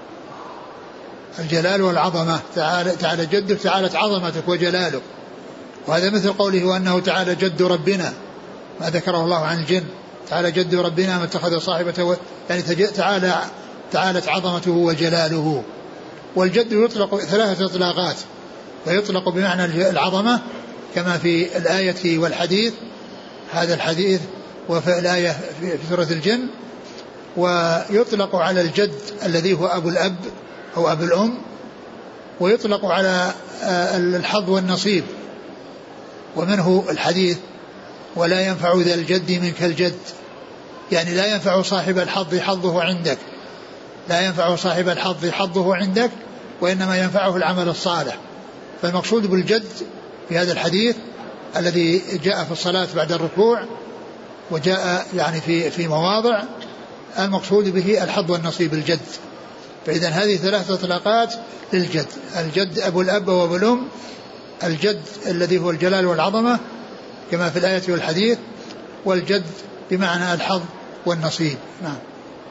Speaker 2: الجلال والعظمة، تعالى, تعالى جدك تعالت عظمتك وجلالك. وهذا مثل قوله وأنه تعالى جد ربنا ما ذكره الله عن الجن، تعالى جد ربنا ما اتخذ صاحبته، يعني تعالى تعالت عظمته وجلاله. والجد يطلق ثلاثة إطلاقات، ويطلق بمعنى العظمة كما في الآية والحديث، هذا الحديث وفي الآية في سورة الجن. ويطلق على الجد الذي هو أبو الأب أو أبو الأم، ويطلق على الحظ والنصيب، ومنه الحديث ولا ينفع ذا الجد منك الجد، يعني لا ينفع صاحب الحظ حظه عندك، لا ينفع صاحب الحظ حظه عندك، وإنما ينفعه العمل الصالح. فالمقصود بالجد في هذا الحديث الذي جاء في الصلاة بعد الركوع وجاء يعني في في مواضع، المقصود به الحظ والنصيب الجد. فإذا هذه ثلاثة إطلاقات للجد، الجد أبو الأب وأبو الأم، الجد الذي هو الجلال والعظمة كما في الآية والحديث، والجد بمعنى الحظ والنصيب. نعم.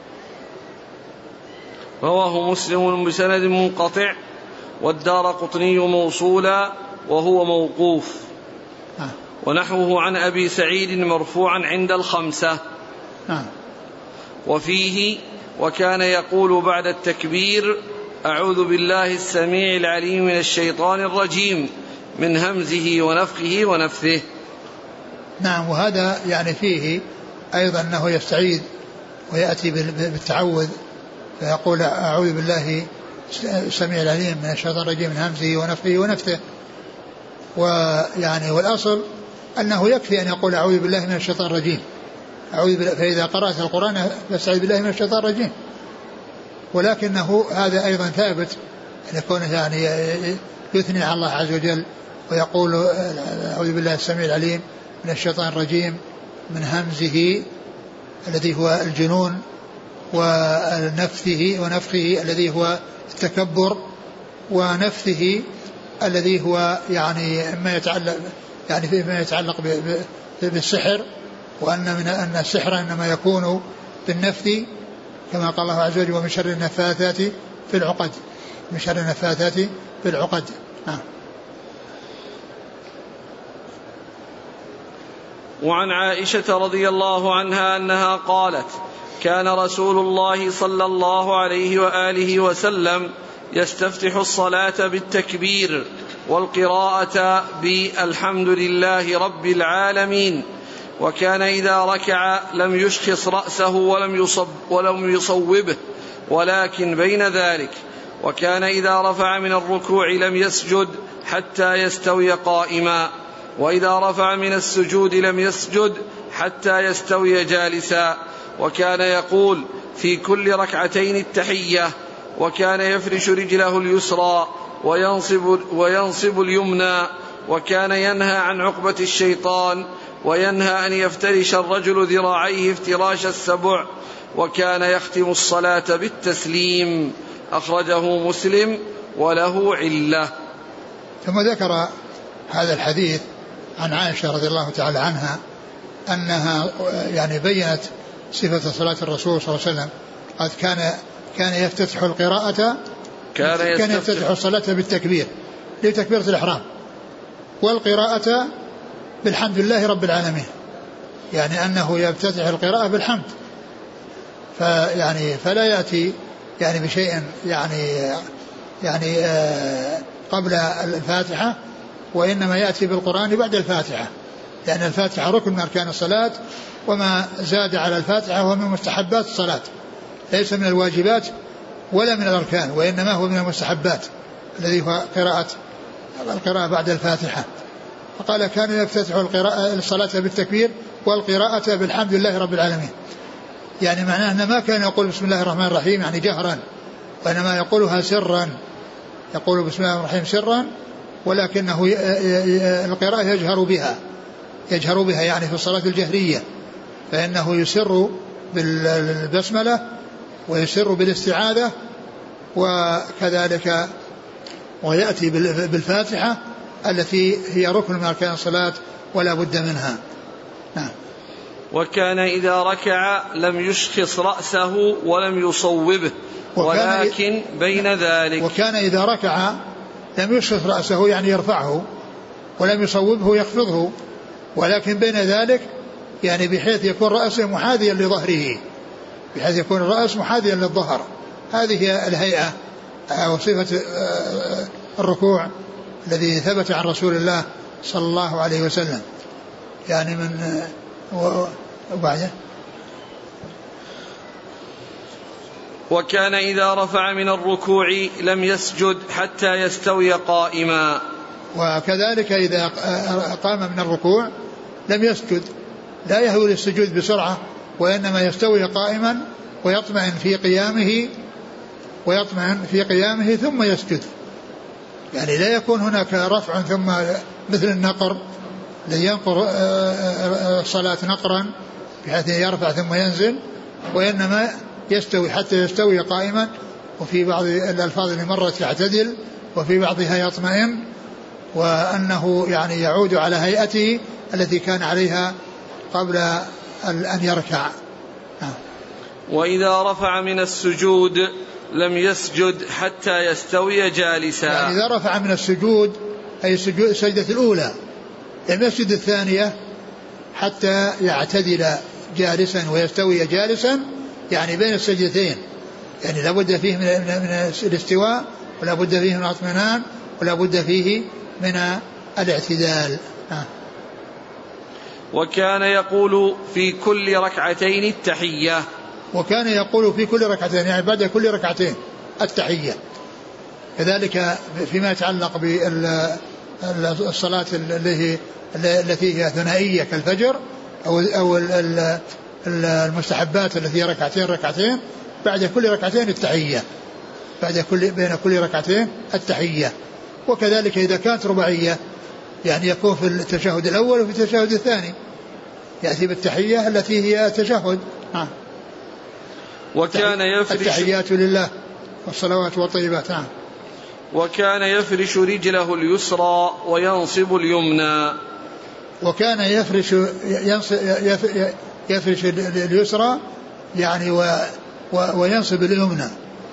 Speaker 1: رواه مسلم بسند منقطع، والدارقطني موصولا وهو موقوف.
Speaker 2: نعم.
Speaker 1: ونحوه عن أبي سعيد مرفوعا عند الخمسة.
Speaker 2: نعم.
Speaker 1: وفيه وكان يقول بعد التكبير أعوذ بالله السميع العليم من الشيطان الرجيم من همزه ونفخه ونفثه.
Speaker 2: نعم. وهذا يعني فيه أيضا أنه يستعيذ ويأتي بالتعوذ، فيقول أعوذ بالله السميع العليم من الشيطان الرجيم من همزه ونفخه ونفثه. ويعني والأصل أنه يكفي أن يقول أعوذ بالله من الشيطان الرجيم، أعوذ بالله، فإذا قرأت القرآن فاستعذ بالله من الشيطان الرجيم. ولكنه هذا أيضا ثابت أن يكون يعني يثني على الله عز وجل ويقول أعوذ بالله السميع العليم من الشيطان الرجيم من همزه الذي هو الجنون، ونفثه ونفخه الذي هو التكبر، ونفثه الذي هو يعني ما يتعلق يعني فيما يتعلق بالسحر، وأن من أن السحر إنما يكون بالنفث كما قال الله عز وجل ومن شر النفاثات في العقد، من شر النفاثات في العقد. نعم.
Speaker 1: وعن عائشة رضي الله عنها أنها قالت كان رسول الله صلى الله عليه وآله وسلم يستفتح الصلاة بالتكبير والقراءة بالحمد لله رب العالمين، وكان إذا ركع لم يشخص رأسه ولم يصب ولم يصوبه ولكن بين ذلك، وكان إذا رفع من الركوع لم يسجد حتى يستوي قائما، وإذا رفع من السجود لم يسجد حتى يستوي جالسا، وكان يقول في كل ركعتين التحية، وكان يفرش رجله اليسرى وينصب, وينصب اليمنى، وكان ينهى عن عقبة الشيطان، وينهى أن يفترش الرجل ذراعيه افتراش السبع، وكان يختم الصلاة بالتسليم. أخرجه مسلم وله علة.
Speaker 2: ثم ذكر هذا الحديث عن عائشة رضي الله تعالى عنها أنها يعني بيّنت صفة صلاة الرسول صلى الله عليه وسلم، قد كان كان يفتتح القراءة
Speaker 1: كان,
Speaker 2: كان يفتتح الصلاة بالتكبير لتكبيرة الإحرام، والقراءة بالحمد لله رب العالمين، يعني أنه يفتتح القراءة بالحمد، فيعني فلا يأتي يعني بشيء يعني يعني آه قبل الفاتحة، وإنما يأتي بالقرآن بعد الفاتحة، لأن الفاتحة ركن من أركان الصلاة، وما زاد على الفاتحة هو من مستحبات الصلاة، ليس من الواجبات ولا من الأركان، وإنما هو من المستحبات الذي هو قراءة القراءة بعد الفاتحة. فقال كان يفتتح القراءة الصلاة بالتكبير والقراءة بالحمد لله رب العالمين، يعني معناه أنه ما كان يقول بسم الله الرحمن الرحيم يعني جهرا، وإنما يقولها سرا، يقول بسم الله الرحمن الرحيم سرا، ولكنه القراءة يجهر بها يجهر بها يعني في الصلاة الجهرية، فإنه يسر بالبسملة ويسر بالاستعاذة وكذلك ويأتي بالفاتحة التي هي ركن من أركان الصلاة ولا بد منها. نعم.
Speaker 1: وكان إذا ركع لم يشخص رأسه ولم يصوبه ولكن بين ذلك.
Speaker 2: وكان إذا ركع لم يشخص رأسه يعني يرفعه ولم يصوبه يخفضه، ولكن بين ذلك يعني بحيث يكون رأسه محاذيا لظهره، بحيث يكون الرأس محاذيا للظهر. هذه هي الهيئة أو صفة الركوع الذي ثبت عن رسول الله صلى الله عليه وسلم. يعني من وبعده
Speaker 1: وكان إذا رفع من الركوع لم يسجد حتى يستوي قائما.
Speaker 2: وكذلك إذا قام من الركوع لم يسجد، لا يهوي للسجود بسرعة، وإنما يستوي قائما ويطمئن في قيامه ويطمئن في قيامه ثم يسجد. يعني لا يكون هناك رفع ثم مثل النقر الذي ينقر الصلاة نقرا بحيث يرفع ثم ينزل، وإنما يستوي حتى يستوي قائما. وفي بعض الألفاظ اللي مرت يعتدل وفي بعضها يطمئن، وأنه يعني يعود على هيئته التي كان عليها قبل أن يركع.
Speaker 1: وإذا رفع من السجود لم يسجد حتى يستوي جالسا.
Speaker 2: يعني إذا رفع من السجود أي السجدة الأولى لم يسجد الثانية حتى يعتدل جالسا ويستوي جالسا، يعني بين السجدتين، يعني لا بد فيه من, من الاستواء ولا بد فيه من الاطمئنان ولا بد فيه من الاعتدال. آه.
Speaker 1: وكان يقول في كل ركعتين التحية.
Speaker 2: وكان يقول في كل ركعتين يعني بعد كل ركعتين التحية. كذلك فيما يتعلق بالصلاة التي هي ثنائية كالفجر أو أو المستحبات التي هي ركعتين ركعتين بعد كل ركعتين التحية، بعد كل بين كل ركعتين التحية. وكذلك إذا كانت رباعية يعني يكون في التشهد الأول وفي التشهد الثاني يأتي بالتحية التي هي تشهد. آه.
Speaker 1: وكان يفرش
Speaker 2: التحيات لله والصلوات والطيبات. آه.
Speaker 1: وكان يفرش رجله اليسرى وينصب اليمنى.
Speaker 2: وكان يفرش يفرش اليسرى يعني وينصب اليمنى،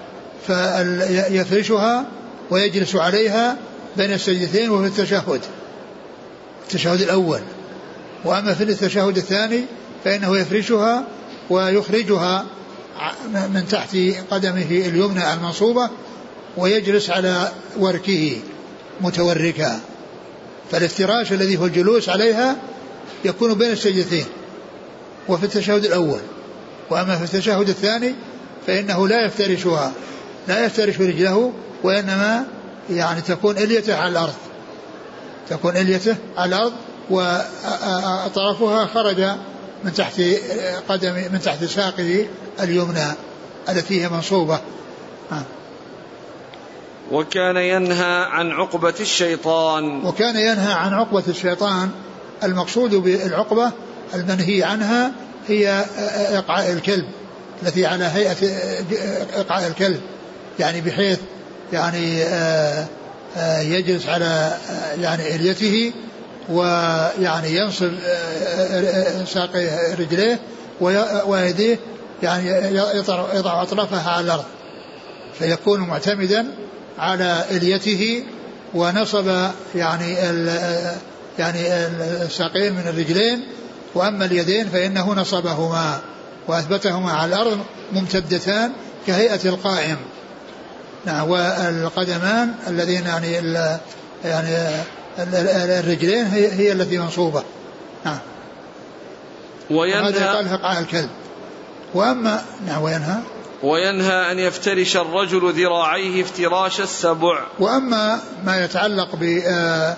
Speaker 2: فيفرشها ويجلس عليها بين السجدتين وفي التشهد التشهد الأول. وأما في التشهد الثاني فإنه يفرشها ويخرجها من تحت قدمه اليمنى المنصوبة ويجلس على وركه متوركا. فالافتراش الذي هو الجلوس عليها يكون بين السجدتين وفي التشهد الأول. وأما في التشهد الثاني فإنه لا يفترشها، لا يفترش رجله، وإنما يعني تكون إليته على الأرض، تكون إليته على الأرض وطرفها خرج من تحت قدم من تحت ساقه اليمنى التي هي منصوبة. آه.
Speaker 1: وكان ينهى عن عقبة الشيطان.
Speaker 2: وكان ينهى عن عقبة الشيطان. المقصود بالعقبة المنهي عنها هي إقعاء الكلب التي على هيئة إقعاء الكلب، يعني بحيث يعني يجلس على يعني إليته ويعني ينصب ساقي رجليه ويديه يعني يضع أطرافها على الأرض، فيكون معتمدا على إليته ونصب يعني يعني الساقين من الرجلين. وأما اليدين فإنه نصبهما وأثبتهما على الأرض ممتدتان كهيئة القائم. نعم. والقدمان الذين يعني يعني الرجلين هي, هي التي منصوبة. نعم. وهذا قال إقعاء الكلب. وأما نعم وينهى
Speaker 1: وينهى أن يفترش الرجل ذراعيه افتراش السبع.
Speaker 2: وأما ما يتعلق بالمعنى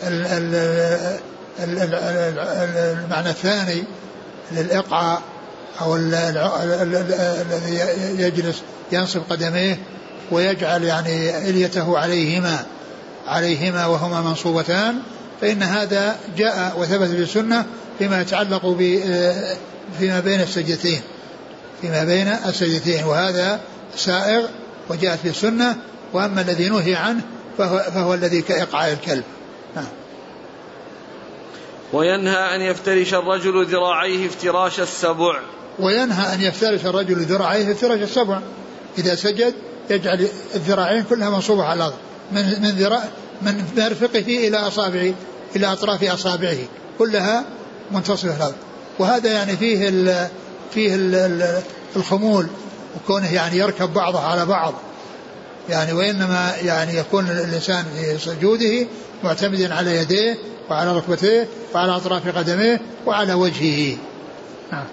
Speaker 2: الثاني للإقعاء أو الذي يجلس ينصب قدميه ويجعل يعني إليته عليهما عليهما وهما منصوبتان، فإن هذا جاء وثبت في السنة فيما يتعلق ب فيما بين السجدتين فيما بين السجدتين وهذا سائغ وجاءت في السنة. وأما الذي نهي عنه فهو, فهو الذي كإقعاء الكلب. نعم.
Speaker 1: وينهى أن يفترش الرجل ذراعيه افتراش السبع.
Speaker 2: وينهى أن يفترش الرجل ذراعيه افتراش السبع. إذا سجد يجعل الذراعين كلها منصوبة على الأرض من من ذراع من مرفقه إلى أصابعه إلى أطراف أصابعه كلها منتصبة على الأرض. وهذا يعني فيه ال فيه ال الخمول وكونه يعني يركب بعضه على بعض يعني. وإنما يعني يكون الإنسان في سجوده معتمدا على يديه وعلى ركبتيه وعلى أطراف قدميه وعلى وجهه. نعم.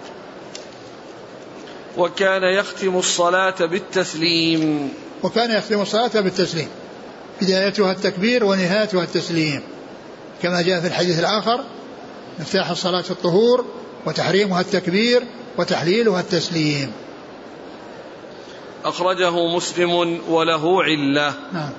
Speaker 1: وكان يختم الصلاة بالتسليم.
Speaker 2: وكان يختم الصلاة بالتسليم بدايتها التكبير ونهايتها التسليم كما جاء في الحديث الآخر مفتاح الصلاة الطهور وتحريمها التكبير وتحليلها التسليم.
Speaker 1: أخرجه مسلم وله علة.
Speaker 2: نعم.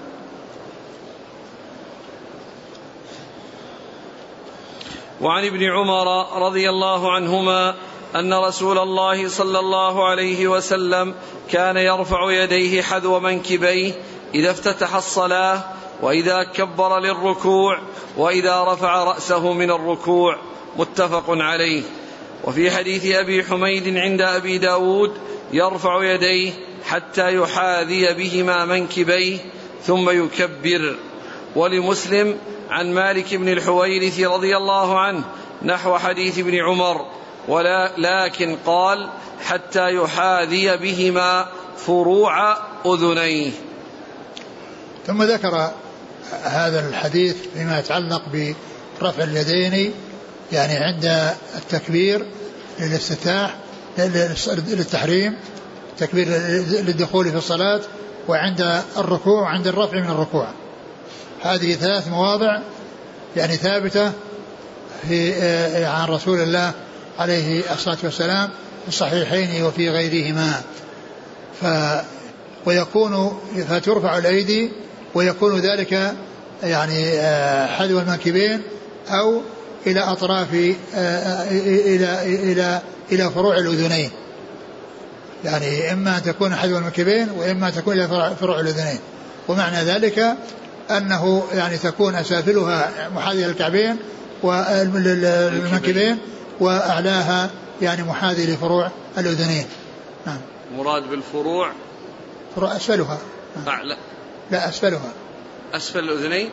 Speaker 1: وعن ابن عمر رضي الله عنهما أن رسول الله صلى الله عليه وسلم كان يرفع يديه حذو منكبيه إذا افتتح الصلاة وإذا كبر للركوع وإذا رفع رأسه من الركوع. متفق عليه. وفي حديث أبي حميد عند أبي داود يرفع يديه حتى يحاذي بهما منكبيه ثم يكبر. ولمسلم عن مالك بن الحويرث رضي الله عنه نحو حديث ابن عمر ولا لكن قال حتى يحاذي بهما فروع أذنيه.
Speaker 2: ثم ذكر هذا الحديث فيما يتعلق برفع اليدين يعني عند التكبير للافتتاح للتحريم تكبير للدخول في الصلاة وعند الركوع وعند الرفع من الركوع. هذه ثلاث مواضع يعني ثابتة في عن رسول الله عليه الصلاة والسلام في الصحيحين وفي غيرهما. ف ويكون فترفع الأيدي ويكون ذلك يعني حذو المنكبين أو إلى أطراف إلى إلى إلى فروع الأذنين يعني إما أن تكون حذو المنكبين وإما أن تكون إلى فروع الأذنين. ومعنى ذلك أنه يعني تكون أسافلها محاذية للكعبين والمنكبين وأعلاها يعني محاذي لفروع الأذنين. نعم.
Speaker 1: مراد بالفروع
Speaker 2: فروع أسفلها.
Speaker 1: أعلى.
Speaker 2: لا أسفلها.
Speaker 1: أسفل الأذنين.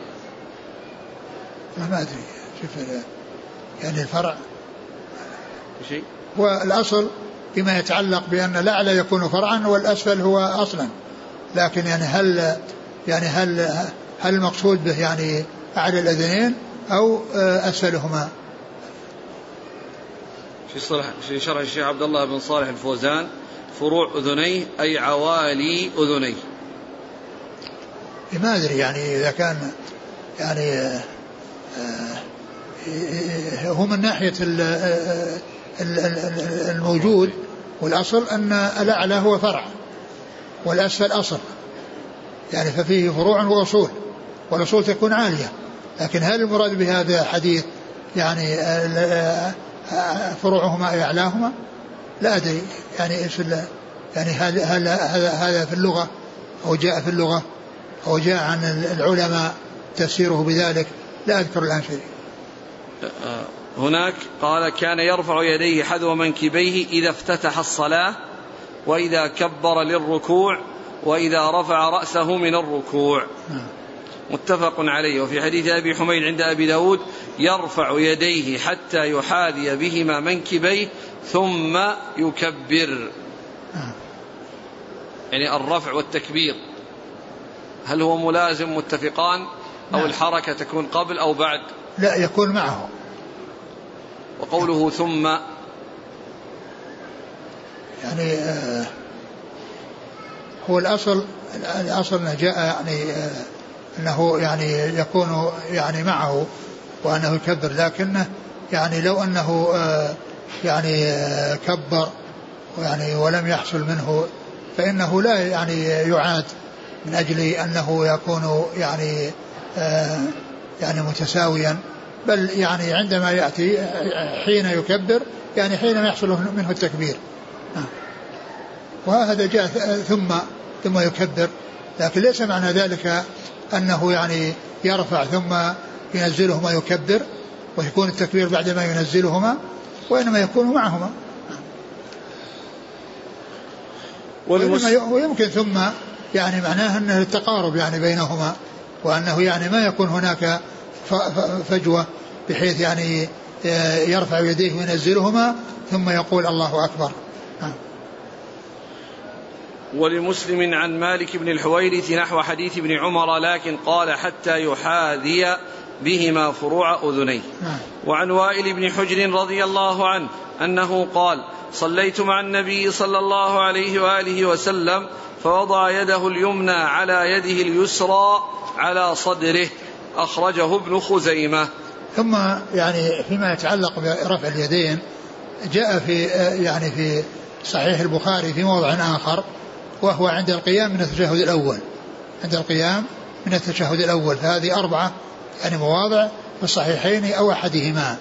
Speaker 2: ما أدري شوف يعني الفرع
Speaker 1: شيء.
Speaker 2: والأصل بما يتعلق بأن الأعلى يكون فرعا والأسفل هو أصلا. لكن يعني هل يعني هل هل المقصود به يعني أعلى الأذنين أو أسفلهما؟
Speaker 1: في صلح في شرح الشيخ عبد الله بن صالح الفوزان فروع أذنيه أي عوالي أذنيه.
Speaker 2: ما أدري يعني إذا كان يعني هو من ناحية الموجود والأصل أن الأعلى هو فرع والأسفل أصل يعني ففيه فروع وأصول والأصول تكون عالية. لكن هل المراد بهذا حديث يعني فروعهما أعلاهما؟ لا أدري يعني إيش يعني هل هذا هذا في اللغة أو جاء في اللغة أو جاء عن العلماء تفسيره بذلك لا أذكر الآن شيء.
Speaker 1: هناك قال كان يرفع يديه حذو منكبيه إذا افتتح الصلاة وإذا كبر للركوع وإذا رفع رأسه من الركوع. متفق عليه. وفي حديث أبي حميد عند أبي داود يرفع يديه حتى يحاذي بهما منكبيه ثم يكبر. يعني الرفع والتكبير هل هو ملازم متفقان أو الحركة تكون قبل أو بعد؟
Speaker 2: لا يكون معه.
Speaker 1: وقوله ثم
Speaker 2: يعني آه هو الأصل الأصل أنه جاء يعني آه أنه يعني يكون يعني معه وأنه يكبر. لكنه يعني لو أنه آه يعني آه كبر يعني ولم يحصل منه فإنه لا يعني يعاد من أجل أنه يكون يعني آه يعني متساويا بل يعني عندما يأتي حين يكبر يعني حين يحصل منه التكبير. وهذا جاء ثم ثم يكبر، لكن ليس معنى ذلك أنه يعني يرفع ثم ينزلهما يكبر ويكون التكبير بعدما ينزلهما، وإنما يكون معهما. ويمكن ثم يعني معناه أنه التقارب يعني بينهما، وأنه يعني ما يكون هناك فجوة بحيث يعني يرفع يديه وينزلهما ثم يقول الله أكبر.
Speaker 1: ولمسلم عن مالك بن الحويرث نحو حديث ابن عمر، لكن قال حتى يحاذي بهما فروع أذنيه. وعن وائل بن حجر رضي الله عنه أنه قال: صليت مع النبي صلى الله عليه وآله وسلم فوضع يده اليمنى على يده اليسرى على صدره، أخرجه ابن خزيمة.
Speaker 2: ثم يعني فيما يتعلق برفع اليدين جاء في يعني في صحيح البخاري في موضع آخر، وهو عند القيام من التشهد الأول، عند القيام من التشهد الأول، فهذه أربعة يعني مواضع في الصحيحين أو أحدهما.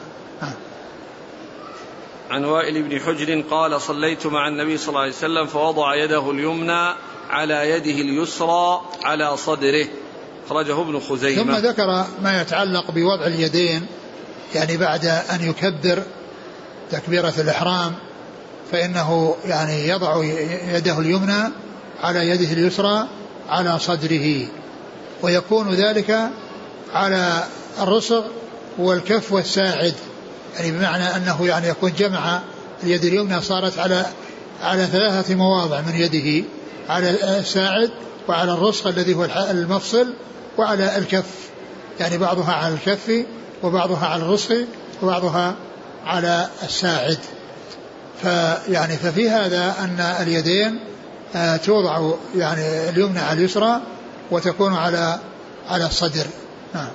Speaker 1: عن وائل بن حجر قال: صليت مع النبي صلى الله عليه وسلم فوضع يده اليمنى على يده اليسرى على صدره، أخرجه ابن خزيمة.
Speaker 2: ثم ذكر ما يتعلق بوضع اليدين يعني بعد أن يكبر تكبيرة الإحرام، فإنه يعني يضع يده اليمنى على يده اليسرى على صدره، ويكون ذلك على الرسغ والكف والساعد، يعني بمعنى أنه يعني يكون جمع اليد اليمنى صارت على على ثلاثة مواضع من يده، على الساعد وعلى الرسغ الذي هو المفصل وعلى الكف، يعني بعضها على الكف وبعضها على الرسغ وبعضها على الساعد. فيعني ففي هذا أن اليدين توضع يعني اليمنى على اليسرى وتكون على على الصدر. نعم.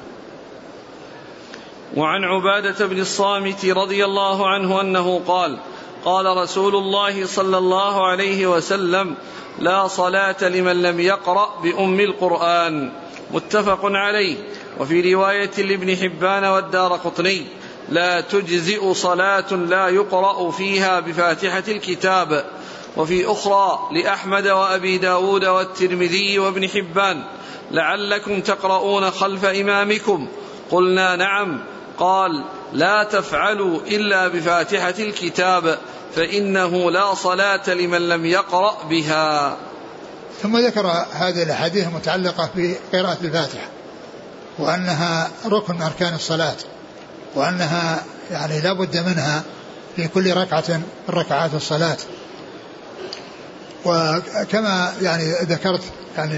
Speaker 1: وعن عبادة بن الصامت رضي الله عنه أنه قال: قال رسول الله صلى الله عليه وسلم: لا صلاة لمن لم يقرأ بأم القرآن، متفق عليه. وفي رواية لابن حبان والدارقطني: لا تجزئ صلاة لا يقرأ فيها بفاتحة الكتاب. وفي أخرى لأحمد وأبي داود والترمذي وابن حبان: لعلكم تقرؤون خلف إمامكم. قلنا: نعم. قال: لا تفعلوا إلا بفاتحة الكتاب، فإنه لا صلاة لمن لم يقرأ بها.
Speaker 2: ثم ذكر هذه الأحاديث المتعلقة بقراءة الفاتحة، وأنها ركن من أركان الصلاة، وأنها يعني لا بد منها في كل ركعة من ركعات الصلاة. وكما يعني ذكرت يعني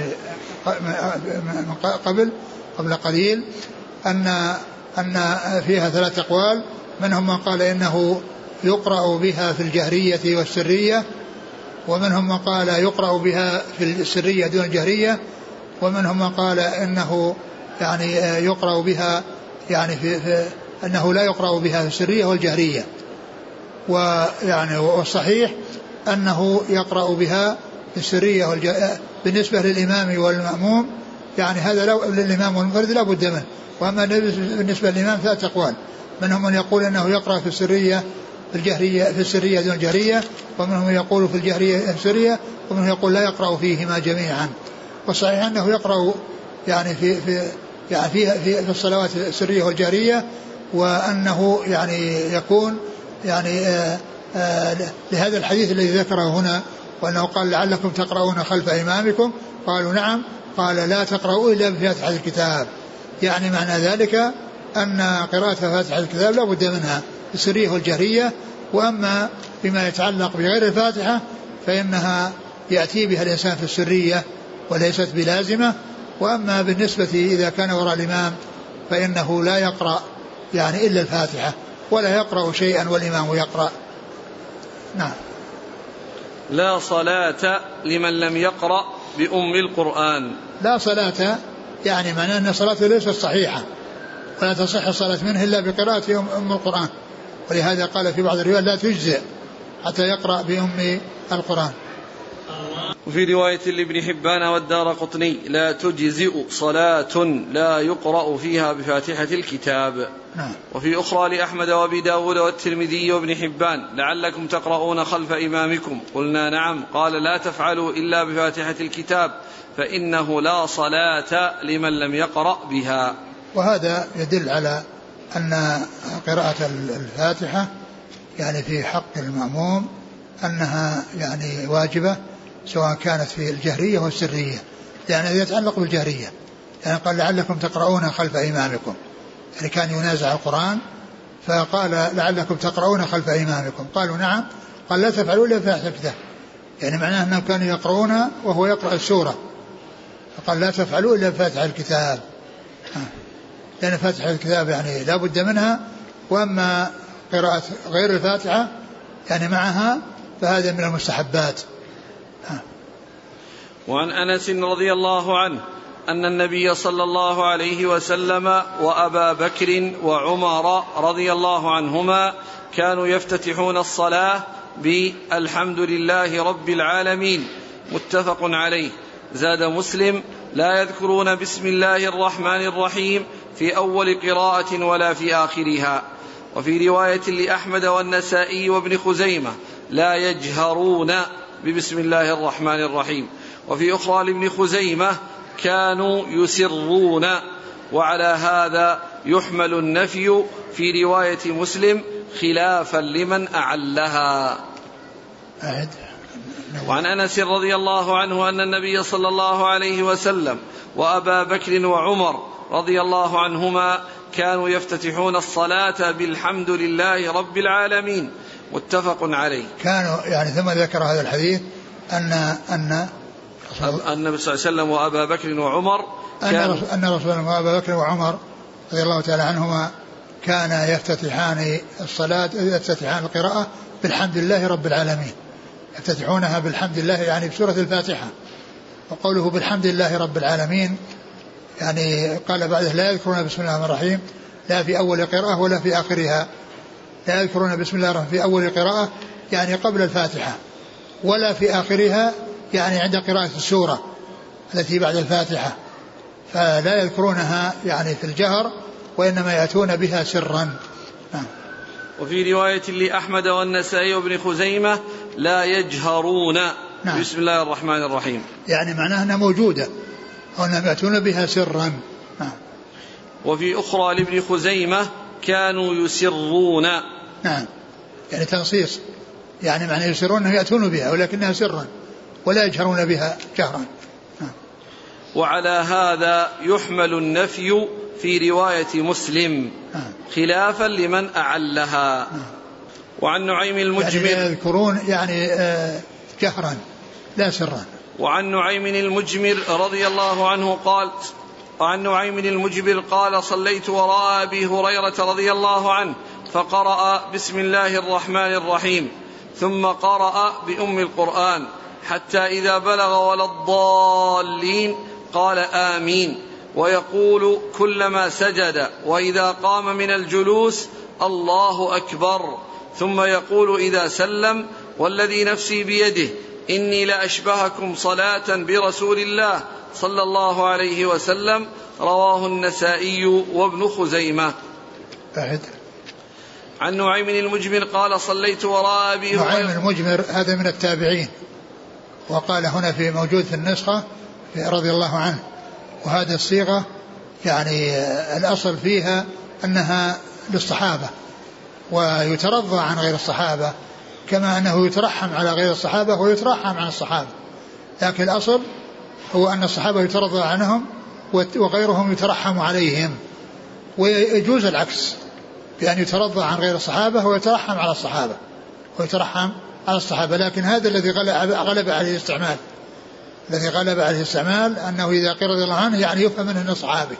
Speaker 2: قبل قبل قليل أن أن فيها ثلاث أقوال، منهم من قال إنه يقرأ بها في الجهرية والسرية، ومنهم من قال يقرأ بها في السرية دون الجهرية، ومنهم من قال إنه يعني يقرأ بها يعني في, في أنه لا يقرأ بها في السرية والجهرية. ويعني والصحيح أنه يقرأ بها في السرية والجهرية بالنسبة للإمام والمأموم، يعني هذا لو للإمام والمنفرد لا بد منه. وأما بالنسبة للإمام ثلاث أقوال، منهم من يقول أنه يقرأ في السرية في الجهرية في السرية دون الجهرية، ومنهم من يقول في الجهرية السرية، ومنهم يقول لا يقرأ فيهما جميعا. والصحيح أنه يقرأ يعني في في يعني في في, في الصلوات السرية والجهرية، وأنه يعني يكون يعني آآ آآ لهذا الحديث الذي ذكره هنا، وأنه قال: لعلكم تقرؤون خلف إمامكم. قالوا: نعم. قال: لا تقرؤوا إلا بفاتحة الكتاب، يعني معنى ذلك أن قراءة فاتحة الكتاب لا بد منها في السرية والجهرية. وأما بما يتعلق بغير الفاتحة فإنها يأتي بها الإنسان في السرية وليست بلازمة. وأما بالنسبة إذا كان وراء الإمام فإنه لا يقرأ يعني إلا الفاتحة، ولا يقرأ شيئا والإمام يقرأ. نعم.
Speaker 1: لا صلاة لمن لم يقرأ بأم القرآن.
Speaker 2: لا صلاة يعني معناه أن صلاته ليست صحيحة، ولا تصح الصلاة منه إلا بقراءة أم القرآن، ولهذا قال في بعض الروايات: لا تجزئ حتى يقرأ بأم القرآن.
Speaker 1: وفي رواية لابن حبان والدارقطني لا تجزئ صلاة لا يقرأ فيها بفاتحة الكتاب.
Speaker 2: نعم.
Speaker 1: وفي أخرى لأحمد وأبي داود والترمذي وابن حبان لعلكم تقرؤون خلف إمامكم، قلنا نعم، قال لا تفعلوا إلا بفاتحة الكتاب فإنه لا صلاة لمن لم يقرأ بها.
Speaker 2: وهذا يدل على أن قراءة الفاتحة يعني في حق المأموم أنها يعني واجبة، سواء كانت في الجهرية والسرية، لأن يعني يتعلق بالجهرية، يعني قال لعلكم تقرؤون خلف إمامكم، يعني كان ينازع القرآن فقال لعلكم تقرؤون خلف إمامكم، قالوا نعم، قال لا تفعلوا إلا بفاتحة الكتاب، يعني معناه أنهم كانوا يقرؤون وهو يقرأ السورة، فقال لا تفعلوا إلا بفاتحة الكتاب، لأن فاتحة الكتاب يعني لا بد منها، وأما قراءة غير الفاتحة يعني معها فهذا من المستحبات.
Speaker 1: وعن أنس رضي الله عنه أن النبي صلى الله عليه وسلم وأبا بكر وعمر رضي الله عنهما كانوا يفتتحون الصلاة بالحمد لله رب العالمين، متفق عليه. زاد مسلم لا يذكرون بسم الله الرحمن الرحيم في أول قراءة ولا في آخرها. وفي رواية لأحمد والنسائي وابن خزيمة لا يجهرون ببسم الله الرحمن الرحيم. وفي أخرى لابن خزيمة كانوا يسرون. وعلى هذا يحمل النفي في رواية مسلم خلافا لمن أعلها. وعن أنس رضي الله عنه أن النبي صلى الله عليه وسلم وأبا بكر وعمر رضي الله عنهما كانوا يفتتحون الصلاة بالحمد لله رب العالمين، متفق عليه.
Speaker 2: كانوا يعني ثم ذكر هذا الحديث أن أن
Speaker 1: النبي صلى الله عليه وسلم وأبا بكر وعمر
Speaker 2: أن أن رسول الله وأبا بكر وعمر رضي الله تعالى عنهما كان يفتتحان الصلاة يفتتحان القراءة بالحمد لله رب العالمين، يفتتحونها بالحمد لله يعني بسورة الفاتحة. وقوله بالحمد لله رب العالمين يعني قال بعده لا يذكرون بسم الله الرحمن الرحيم لا في أول قراءة ولا في آخرها، لا يذكرون بسم الله الرحمن في أول قراءة يعني قبل الفاتحة، ولا في آخرها يعني عند قراءة السورة التي بعد الفاتحة، فلا يذكرونها يعني في الجهر وإنما يأتون بها سرا.
Speaker 1: وفي رواية لأحمد والنسائي وابن خزيمة لا يجهرون نعم. بسم الله الرحمن الرحيم،
Speaker 2: يعني معناها أنها موجودة وأنهم يأتون بها سرا. نعم.
Speaker 1: وفي أخرى لابن خزيمة كانوا يسرون.
Speaker 2: نعم، يعني تنصيص، يعني معنى يسرون يأتون بها ولكنها سرا ولا يجهرون بها جهرا. نعم.
Speaker 1: وعلى هذا يحمل النفي في رواية مسلم نعم. خلافا لمن أعلها. نعم. وعن نعيم المجمل
Speaker 2: يعني يذكرون يعني آه جهرا لا سرا.
Speaker 1: وعن نعيم المجمل رضي الله عنه قال وعن نعيم المجمل قال صليت وراء أبي هريرة رضي الله عنه فقرأ بسم الله الرحمن الرحيم ثم قرأ بأم القرآن حتى إذا بلغ ولا الضالين قال آمين، ويقول كلما سجد وإذا قام من الجلوس الله أكبر، ثم يقول إذا سلم والذي نفسي بيده إني لأشبهكم صلاة برسول الله صلى الله عليه وسلم. رواه النسائي وابن خزيمة.
Speaker 2: أحد.
Speaker 1: عن نعيم المجمر قال صليت وراء أبي هريرة.
Speaker 2: نعيم المجمر هذا من التابعين، وقال هنا في موجود في النسخة رضي الله عنه، وهذا الصيغة يعني الأصل فيها أنها للصحابة ويترضى عن غير الصحابة، كما أنه يترحم على غير الصحابة ويترحم عن الصحابة، لكن الأصل هو أن الصحابة يترضى عنهم وغيرهم يترحم عليهم، ويجوز العكس بأن يترضى عن غير الصحابة ويترحم على الصحابة ويترحم على الصحابة. لكن هذا الذي غلب عليه الاستعمال الذي غلب عليه الاستعمال أنه إذا قيل رضي الله عنه يعني يفهم منه أنه صحابي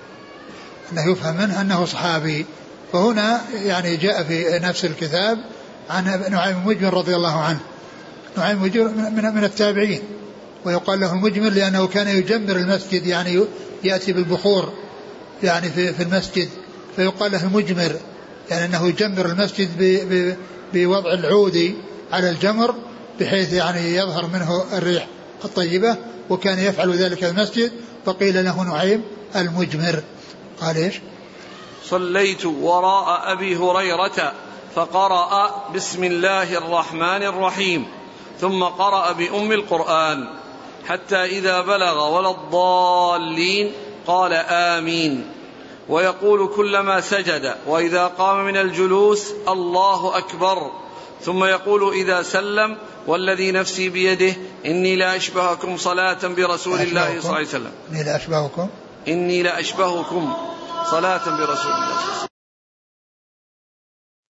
Speaker 2: أنه يفهم منه أنه صحابي. فهنا يعني جاء في نفس الكتاب عن نعيم المجمر رضي الله عنه. نعيم المجمر من, من التابعين، ويقال له المجمر لأنه كان يجمر المسجد، يعني يأتي بالبخور يعني في, في المسجد، فيقال له المجمر يعني أنه يجمر المسجد بوضع العود على الجمر بحيث يعني يظهر منه الريح الطيبة، وكان يفعل ذلك في المسجد، فقيل له نعيم المجمر. قال إيش؟
Speaker 1: صليت وراء أبي هريرة فقرأ بسم الله الرحمن الرحيم ثم قرأ بأم القرآن حتى إذا بلغ ولا الضالين قال آمين، ويقول كلما سجد وإذا قام من الجلوس الله أكبر، ثم يقول إذا سلم والذي نفسي بيده إني لا أشبهكم صلاة برسول الله صلى الله عليه وسلم
Speaker 2: إني لا أشبهكم
Speaker 1: إني لا أشبهكم صلاة برسول الله.